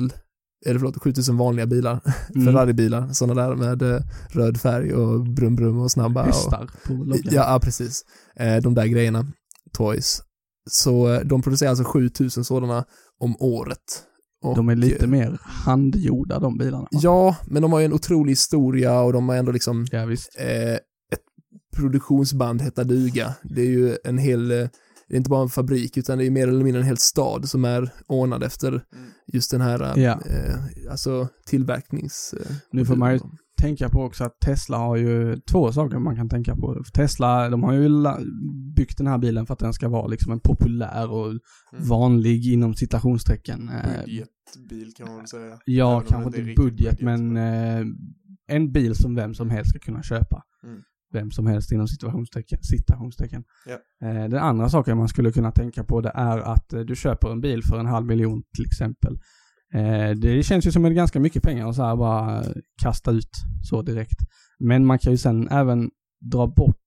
Speaker 2: 7000 vanliga bilar, Ferrari-bilar, sådana där med röd färg och brum och snabba.
Speaker 1: Hästar på loggan.
Speaker 2: Ja, precis. De där grejerna, toys. Så de producerar alltså 7000 sådana om året. Och
Speaker 1: de är lite mer handgjorda, de bilarna.
Speaker 2: Ja, men de har ju en otrolig historia och de har ändå liksom ett produktionsband heter duga. Det är ju en hel, det är inte bara en fabrik utan det är mer eller mindre en hel stad som är ordnad efter just den här alltså tillverknings...
Speaker 1: Nu får man ju tänka på också att Tesla har ju 2 saker man kan tänka på. Tesla, de har ju byggt den här bilen för att den ska vara liksom en populär och vanlig inom citationstecken.
Speaker 3: Budgetbil kan man väl säga.
Speaker 1: Ja, kanske inte budget, men en bil som vem som helst ska kunna köpa. Vem som helst inom citationstecken. Den andra saken man skulle kunna tänka på, det är att du köper en bil för 500 000 till exempel. Det känns ju som en ganska mycket pengar och så här bara kasta ut så direkt. Men man kan ju sen även dra bort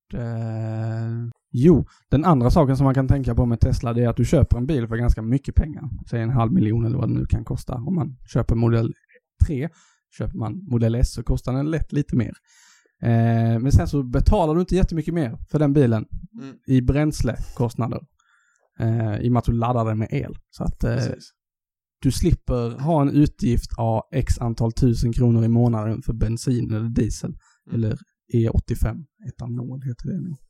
Speaker 1: den andra saken som man kan tänka på med Tesla, det är att du köper en bil för ganska mycket pengar. Säg 500 000 eller vad det nu kan kosta. Om man köper modell 3, köper man modell S så kostar den lätt lite mer. Men sen så betalar du inte jättemycket mer för den bilen i bränslekostnader i och med att du laddar den med el. Så att du slipper ha en utgift av x antal 1000 kronor i månaden för bensin eller diesel eller E85, etanol heter det nu.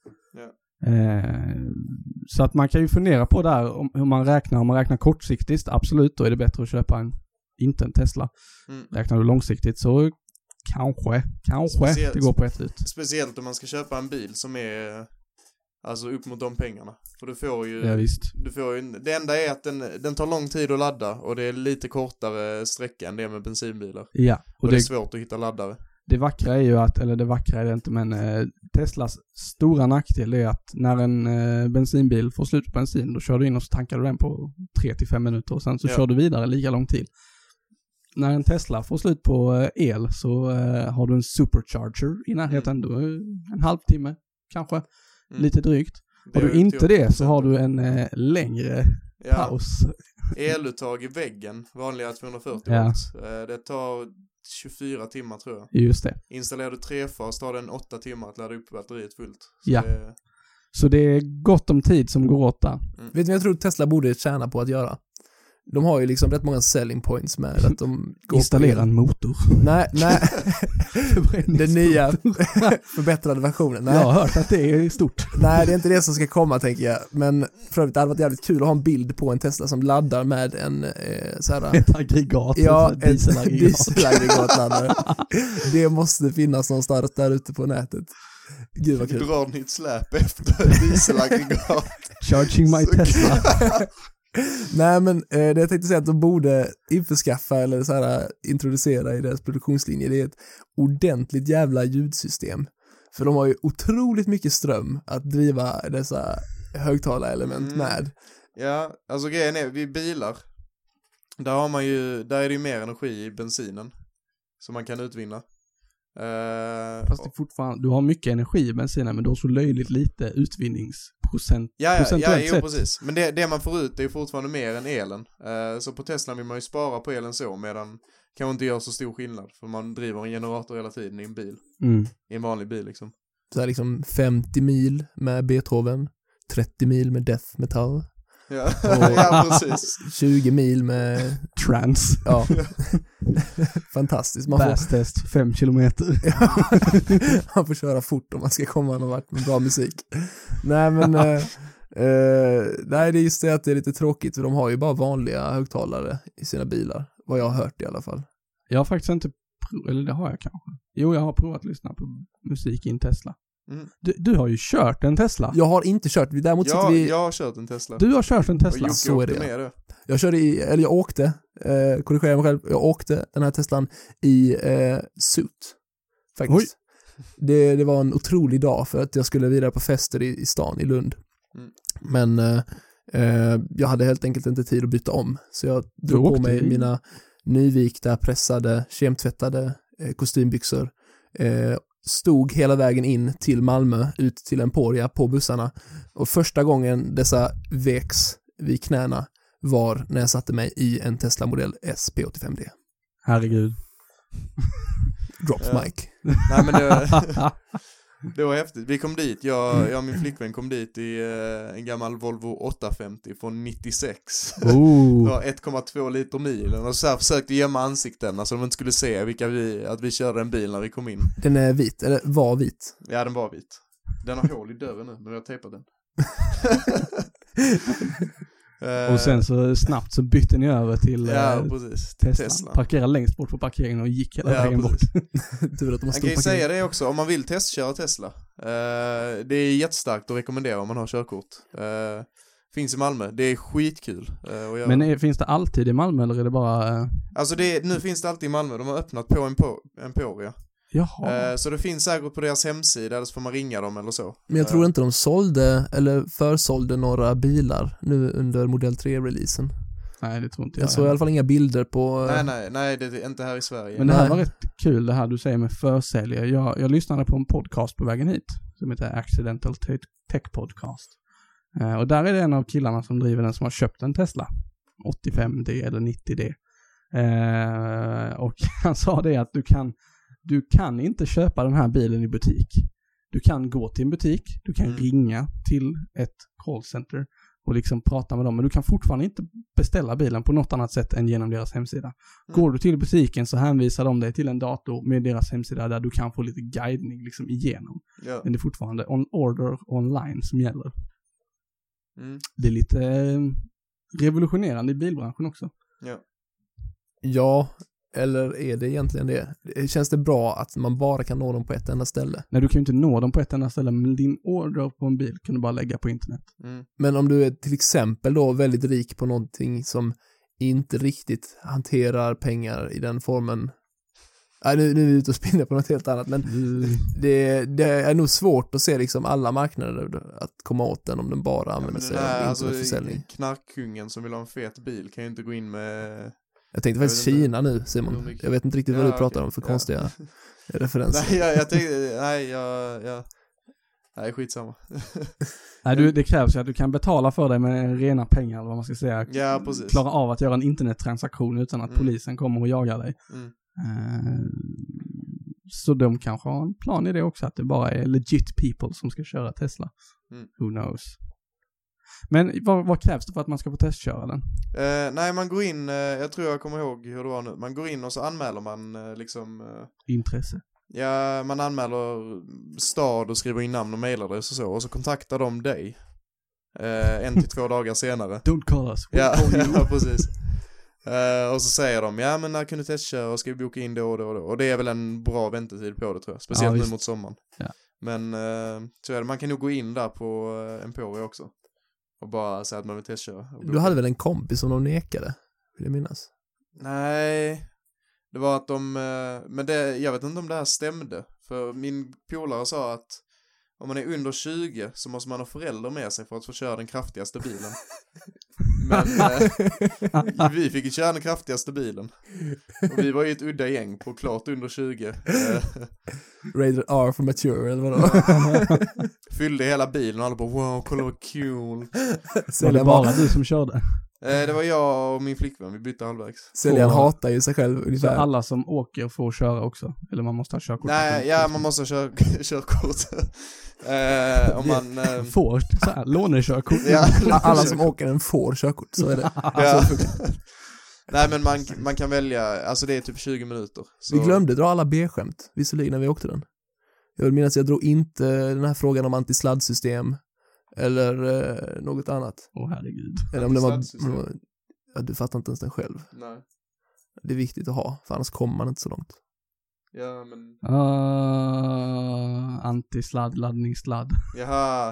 Speaker 1: Så att man kan ju fundera på där om man räknar kortsiktigt, absolut, då är det bättre att köpa inte en Tesla. Räknar du långsiktigt så kanske det går på ett ut.
Speaker 3: Speciellt om man ska köpa en bil som är alltså upp mot de pengarna. För du får ju, det enda är att den tar lång tid att ladda och det är lite kortare sträcka än det med bensinbilar.
Speaker 1: Ja.
Speaker 3: Och det är svårt att hitta laddare.
Speaker 1: Det vackra är ju det vackra är det inte, men Teslas stora nackdel är att när en bensinbil får slut på bensin, då kör du in och så tankar du den på 3-5 minuter och sen så kör du vidare lika lång tid. När en Tesla får slut på el så har du en supercharger i närheten, då en halvtimme kanske, lite drygt. Har du inte det så har du en längre paus.
Speaker 3: Eluttag i väggen, vanliga 240 volt. Det tar 24 timmar tror jag.
Speaker 1: Just det.
Speaker 3: Installerar du 3-fas tar det 8 timmar att ladda upp batteriet fullt.
Speaker 1: Så det är gott om tid som går åt där.
Speaker 2: Vet du vad jag tror Tesla borde tjäna på att göra? De har ju liksom rätt många selling points med att de går
Speaker 1: installera en motor.
Speaker 2: Nej. Den nya förbättrade versionen. Nej.
Speaker 1: Jag har hört att det är stort.
Speaker 2: Nej, det är inte det som ska komma, tänker jag. Men för övrigt, det hade varit jävligt kul att ha en bild på en Tesla som laddar med en så här,
Speaker 1: ett aggregat.
Speaker 2: Ja, ett dieselaggregatladdare. Det måste finnas någonstans där ute på nätet. Gud vad kul.
Speaker 3: Drar ni ett släp efter dieselaggregat.
Speaker 1: Charging my Tesla.
Speaker 2: Nej, men det jag tänkte säga att de borde införskaffa eller så här, introducera i deras produktionslinje, det är ett ordentligt jävla ljudsystem. För de har ju otroligt mycket ström att driva dessa högtalarelement med. Ja,
Speaker 3: alltså grejen är, vid bilar, där är det ju mer energi i bensinen som man kan utvinna.
Speaker 1: Fast det fortfarande, du har mycket energi i bensinen, men du har så löjligt lite utvinningsprocent. procentuellt
Speaker 3: jo,
Speaker 1: sett.
Speaker 3: precis. Men det man får ut är ju fortfarande mer än elen. Så på Tesla vill man ju spara på elen så, medan kan inte göra så stor skillnad. För man driver en generator hela tiden i en bil. I en vanlig bil liksom.
Speaker 2: Så här liksom 50 mil med Beethoven, 30 mil med death metal.
Speaker 3: Ja, ja precis.
Speaker 2: 20 mil med
Speaker 1: trance.
Speaker 2: Ja. Fantastiskt.
Speaker 1: Fastest 5 kilometer.
Speaker 2: Man får köra fort om man ska komma någon vart med bra musik. Nej men nej, det är just det att det är lite tråkigt, för de har ju bara vanliga högtalare i sina bilar, vad jag har hört i alla fall.
Speaker 1: Jag har faktiskt inte eller det har jag kanske. Jo, jag har provat att lyssna på musik i en Tesla. Du har ju kört en Tesla.
Speaker 2: Jag har inte kört. Däremot
Speaker 3: jag har kört en Tesla.
Speaker 1: Du har kört en Tesla.
Speaker 2: Så är det. Jag åkte, korrigera mig själv, jag åkte den här Teslan i suit. Faktiskt. Det var en otrolig dag för att jag skulle vidare på fester i stan i Lund. Men jag hade helt enkelt inte tid att byta om. Så jag drog på mig mina nyvikta, pressade, kemtvättade kostymbyxor. Stod hela vägen in till Malmö, ut till Emporia på bussarna. Och första gången dessa veks vid knäna var när jag satte mig i en Tesla modell SP85D.
Speaker 1: Herregud.
Speaker 2: Drops mic.
Speaker 3: Nej men det var häftigt. Vi kom dit, jag och min flickvän kom dit i en gammal Volvo 850 från 96. Det var 1,2 liter milen och så här försökte gömma ansikten så de inte skulle se att vi körde en bil när vi kom in.
Speaker 2: Den är vit, eller var vit?
Speaker 3: Ja, den var vit. Den har hål i dörren nu, men jag har tejpat den.
Speaker 1: Och sen så snabbt så bytte ni över till
Speaker 3: Tesla.
Speaker 1: Parkera längst bort på parkeringen och gick hela vägen bort.
Speaker 3: Man kan ju säga det också, om man vill testköra Tesla. Det är jättestarkt att rekommendera om man har körkort. Finns i Malmö, det är skitkul.
Speaker 1: Men finns det alltid i Malmö eller är det bara...
Speaker 3: Alltså nu finns det alltid i Malmö, de har öppnat på Emporia.
Speaker 1: Jaha.
Speaker 3: Så det finns säkert på deras hemsida, eller så får man ringa dem eller så.
Speaker 2: Men jag tror inte de sålde eller försålde några bilar nu under modell 3-releasen.
Speaker 1: Nej, det tror inte jag.
Speaker 2: Jag såg i alla fall inga bilder på...
Speaker 3: Nej, det är inte här i Sverige.
Speaker 1: Men det här var rätt kul, det här du säger med försäljer. Jag lyssnade på en podcast på vägen hit som heter Accidental Tech Podcast. Och där är det en av killarna som driver den som har köpt en Tesla. 85D eller 90D. Och han sa det att du kan inte köpa den här bilen i butik. Du kan gå till en butik, du kan ringa till ett callcenter och liksom prata med dem, men du kan fortfarande inte beställa bilen på något annat sätt än genom deras hemsida. Går du till butiken så hänvisar de dig till en dator med deras hemsida där du kan få lite guidning liksom igenom. Ja. Men det är fortfarande order online som gäller. Det är lite revolutionerande i bilbranschen också.
Speaker 2: Ja, eller är det egentligen det? Känns det bra att man bara kan nå dem på ett enda ställe?
Speaker 1: Nej, du kan ju inte nå dem på ett enda ställe, men din order på en bil kan du bara lägga på internet.
Speaker 2: Men om du är till exempel då väldigt rik på någonting som inte riktigt hanterar pengar i den formen. Nej, nu är vi ute och spinner på något helt annat, men det är nog svårt att se liksom alla marknader att komma åt den om den bara använder sig av internetförsäljning.
Speaker 3: Knarkkungen som vill ha en fet bil kan ju inte gå in med...
Speaker 2: Jag tänkte faktiskt Kina nu, Simon. Jag vet inte riktigt vad du pratar om för konstiga referenser.
Speaker 3: Nej, jag tänkte... Nej, skitsamma.
Speaker 1: Nej, det krävs ju att du kan betala för dig med rena pengar, eller vad man ska säga.
Speaker 3: Ja, precis.
Speaker 1: Klara av att göra en internettransaktion utan att polisen kommer och jagar dig. Så de kanske har en plan i det också, att det bara är legit people som ska köra Tesla. Who knows? Men vad krävs det för att man ska få testköra den?
Speaker 3: Nej, man går in, jag tror jag kommer ihåg hur det var nu. Man går in och så anmäler man
Speaker 1: intresse.
Speaker 3: Ja, man anmäler stad och skriver in namn och mailadress och så. Och så kontaktar de dig 1 till 2 dagar senare.
Speaker 1: Don't call us.
Speaker 3: Ja, precis. Och så säger de, ja men när kan du testköra och ska vi boka in då. Och det är väl en bra väntetid på det tror jag. Speciellt nu mot sommaren. Ja. Men så är det, man kan nog gå in där på Emporia också. Och bara säga att man vill testköra.
Speaker 2: Du hade väl en kompis som de nekade? Vill jag minnas?
Speaker 3: Nej, det var att de... Men jag vet inte om det här stämde. För min polare sa att om man är under 20 så måste man ha föräldrar med sig för att få köra den kraftigaste bilen. Men vi fick ju köra den kraftigaste bilen. Och vi var ju ett udda gäng på klart under 20.
Speaker 2: Rated R for mature, eller vadå?
Speaker 3: Fyllde hela bilen och alla bara wow, kolla vad cool.
Speaker 1: Var det bara du som körde?
Speaker 3: Det var jag och min flickvän, vi bytte halvvägs.
Speaker 2: Säljaren hatar ju sig själv
Speaker 1: Så
Speaker 2: ungefär.
Speaker 1: alla som åker får köra också? Eller man måste ha körkort?
Speaker 3: Nej, ja, man måste ha körkort. Om man...
Speaker 1: Får, så här, lånekörkort.
Speaker 3: Ja,
Speaker 2: Alla som åker den får körkort, så är det.
Speaker 3: Ja. Nej, men man kan välja, alltså det är typ 20 minuter. Så...
Speaker 2: Vi glömde dra alla B-skämt, visserligen när vi åkte den. Jag vill minnas att jag drog inte den här frågan om antisladdsystem eller något annat.
Speaker 1: Åh herregud.
Speaker 2: Eller om det var... Ja, du fattar inte ens den själv.
Speaker 3: Nej.
Speaker 2: Det är viktigt att ha, för annars kommer man inte så långt.
Speaker 3: Ja, men...
Speaker 1: Antisladd, laddningssladd.
Speaker 3: Jaha.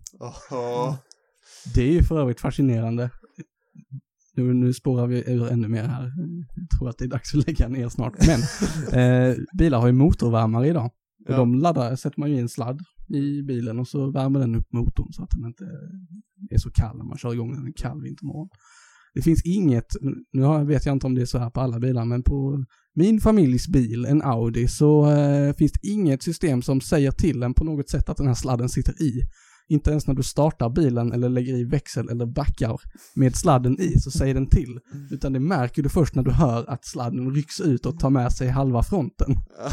Speaker 1: Det är ju för övrigt fascinerande. Nu spårar vi ur ännu mer här. Jag tror att det är dags att lägga ner snart. Men bilar har ju motorvärmare idag. Och
Speaker 3: Ja.
Speaker 1: de laddar, sätter man ju i en sladd i bilen och så värmer den upp motorn så att den inte är så kall när man kör igång den en kall vintermorgon. Det finns inget, vet jag inte om det är så här på alla bilar, men på min familjs bil, en Audi, så finns det inget system som säger till en på något sätt att den här sladden sitter i. Inte ens när du startar bilen eller lägger i växel eller backar med sladden i så säger den till. Utan det märker du först när du hör att sladden rycks ut och tar med sig halva fronten.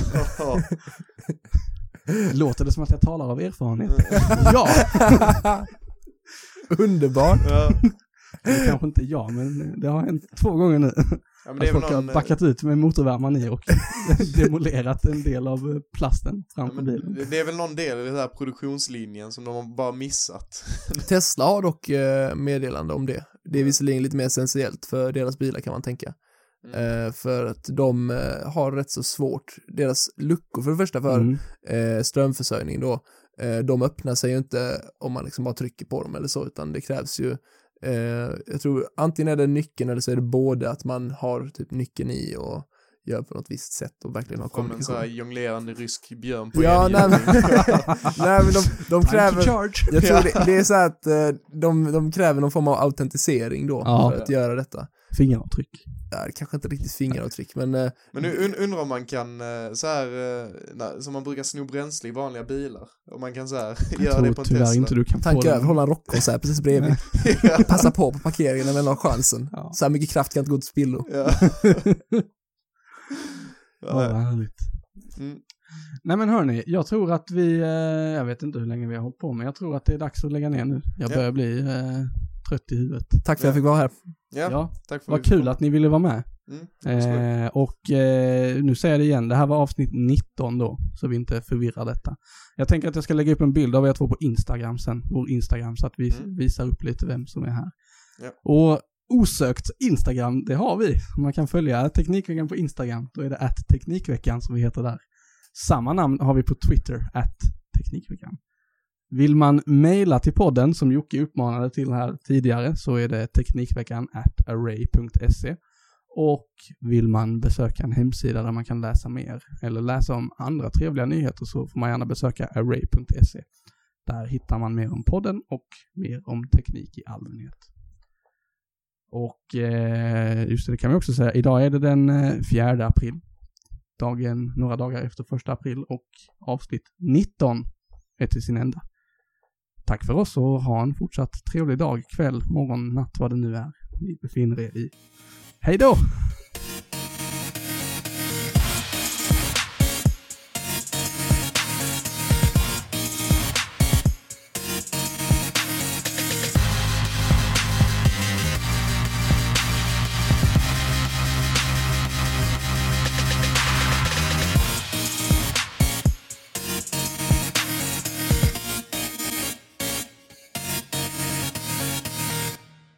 Speaker 1: Låter det som att jag talar av erfarenhet? Ja!
Speaker 2: Underbart.
Speaker 3: Ja.
Speaker 1: Det är kanske inte jag, men det har hänt 2 gånger nu.
Speaker 3: Ja, men det
Speaker 1: Att
Speaker 3: är
Speaker 1: folk
Speaker 3: väl någon...
Speaker 1: har backat ut med motorvärmaren i och demolerat en del av plasten framför bilen.
Speaker 3: Det är väl någon del i den här produktionslinjen som de har bara missat.
Speaker 2: Tesla har dock meddelande om det. Det är visserligen lite mer essentiellt för deras bilar, kan man tänka. För att de har rätt så svårt. Deras luckor för det första för strömförsörjning då. De öppnar sig ju inte om man liksom bara trycker på dem eller så, utan det krävs ju jag tror antingen är det nyckeln eller så är det både att man har typ nyckeln i och gör på något visst sätt och verkligen har kommunikation.
Speaker 3: En sån här jonglerande rysk björn på
Speaker 2: nej men de kräver, jag tror det är så att de kräver någon form av autentisering då för att göra detta.
Speaker 1: Fingeravtryck.
Speaker 2: Ja, kanske inte riktigt fingeravtryck, men
Speaker 3: nu undrar om man kan så här som man brukar sno bränsle i vanliga bilar. Om man kan så här göra det på en Tesla.
Speaker 1: Inte du kan
Speaker 2: tanka över, hålla en rockkonsert precis bredvid. Passa på parkeringen när man har chansen. Ja. Så här mycket kraft kan inte gå till spillo.
Speaker 3: Ja.
Speaker 1: Vad härligt. Nej men hörni, jag tror att vi, jag vet inte hur länge vi har hållit på, men jag tror att det är dags att lägga ner nu. Jag börjar bli trött i huvudet.
Speaker 2: Tack för att jag fick vara här.
Speaker 3: Ja, tack för
Speaker 1: vad kul att ni ville vara med. Och nu säger jag det igen, det här var avsnitt 19 då, så vi inte förvirrar detta. Jag tänker att jag ska lägga upp en bild av er två på Instagram sen, vår Instagram, så att vi visar upp lite vem som är här.
Speaker 3: Ja.
Speaker 1: Och osökt Instagram, det har vi. Man kan följa Teknikveckan på Instagram, då är det @Teknikveckan som vi heter där. Samma namn har vi på Twitter, @Teknikveckan. Vill man mejla till podden som Jocke uppmanade till här tidigare, så är det teknikveckan@array.se. Och vill man besöka en hemsida där man kan läsa mer eller läsa om andra trevliga nyheter, så får man gärna besöka array.se. Där hittar man mer om podden och mer om teknik i allmänhet. Och just det kan vi också säga, idag är det den 4 april. Några dagar efter 1 april, och avsnitt 19 är till sin ända. Tack för oss och ha en fortsatt trevlig dag, kväll, morgon, natt, vad det nu är ni befinner er i. Hej då!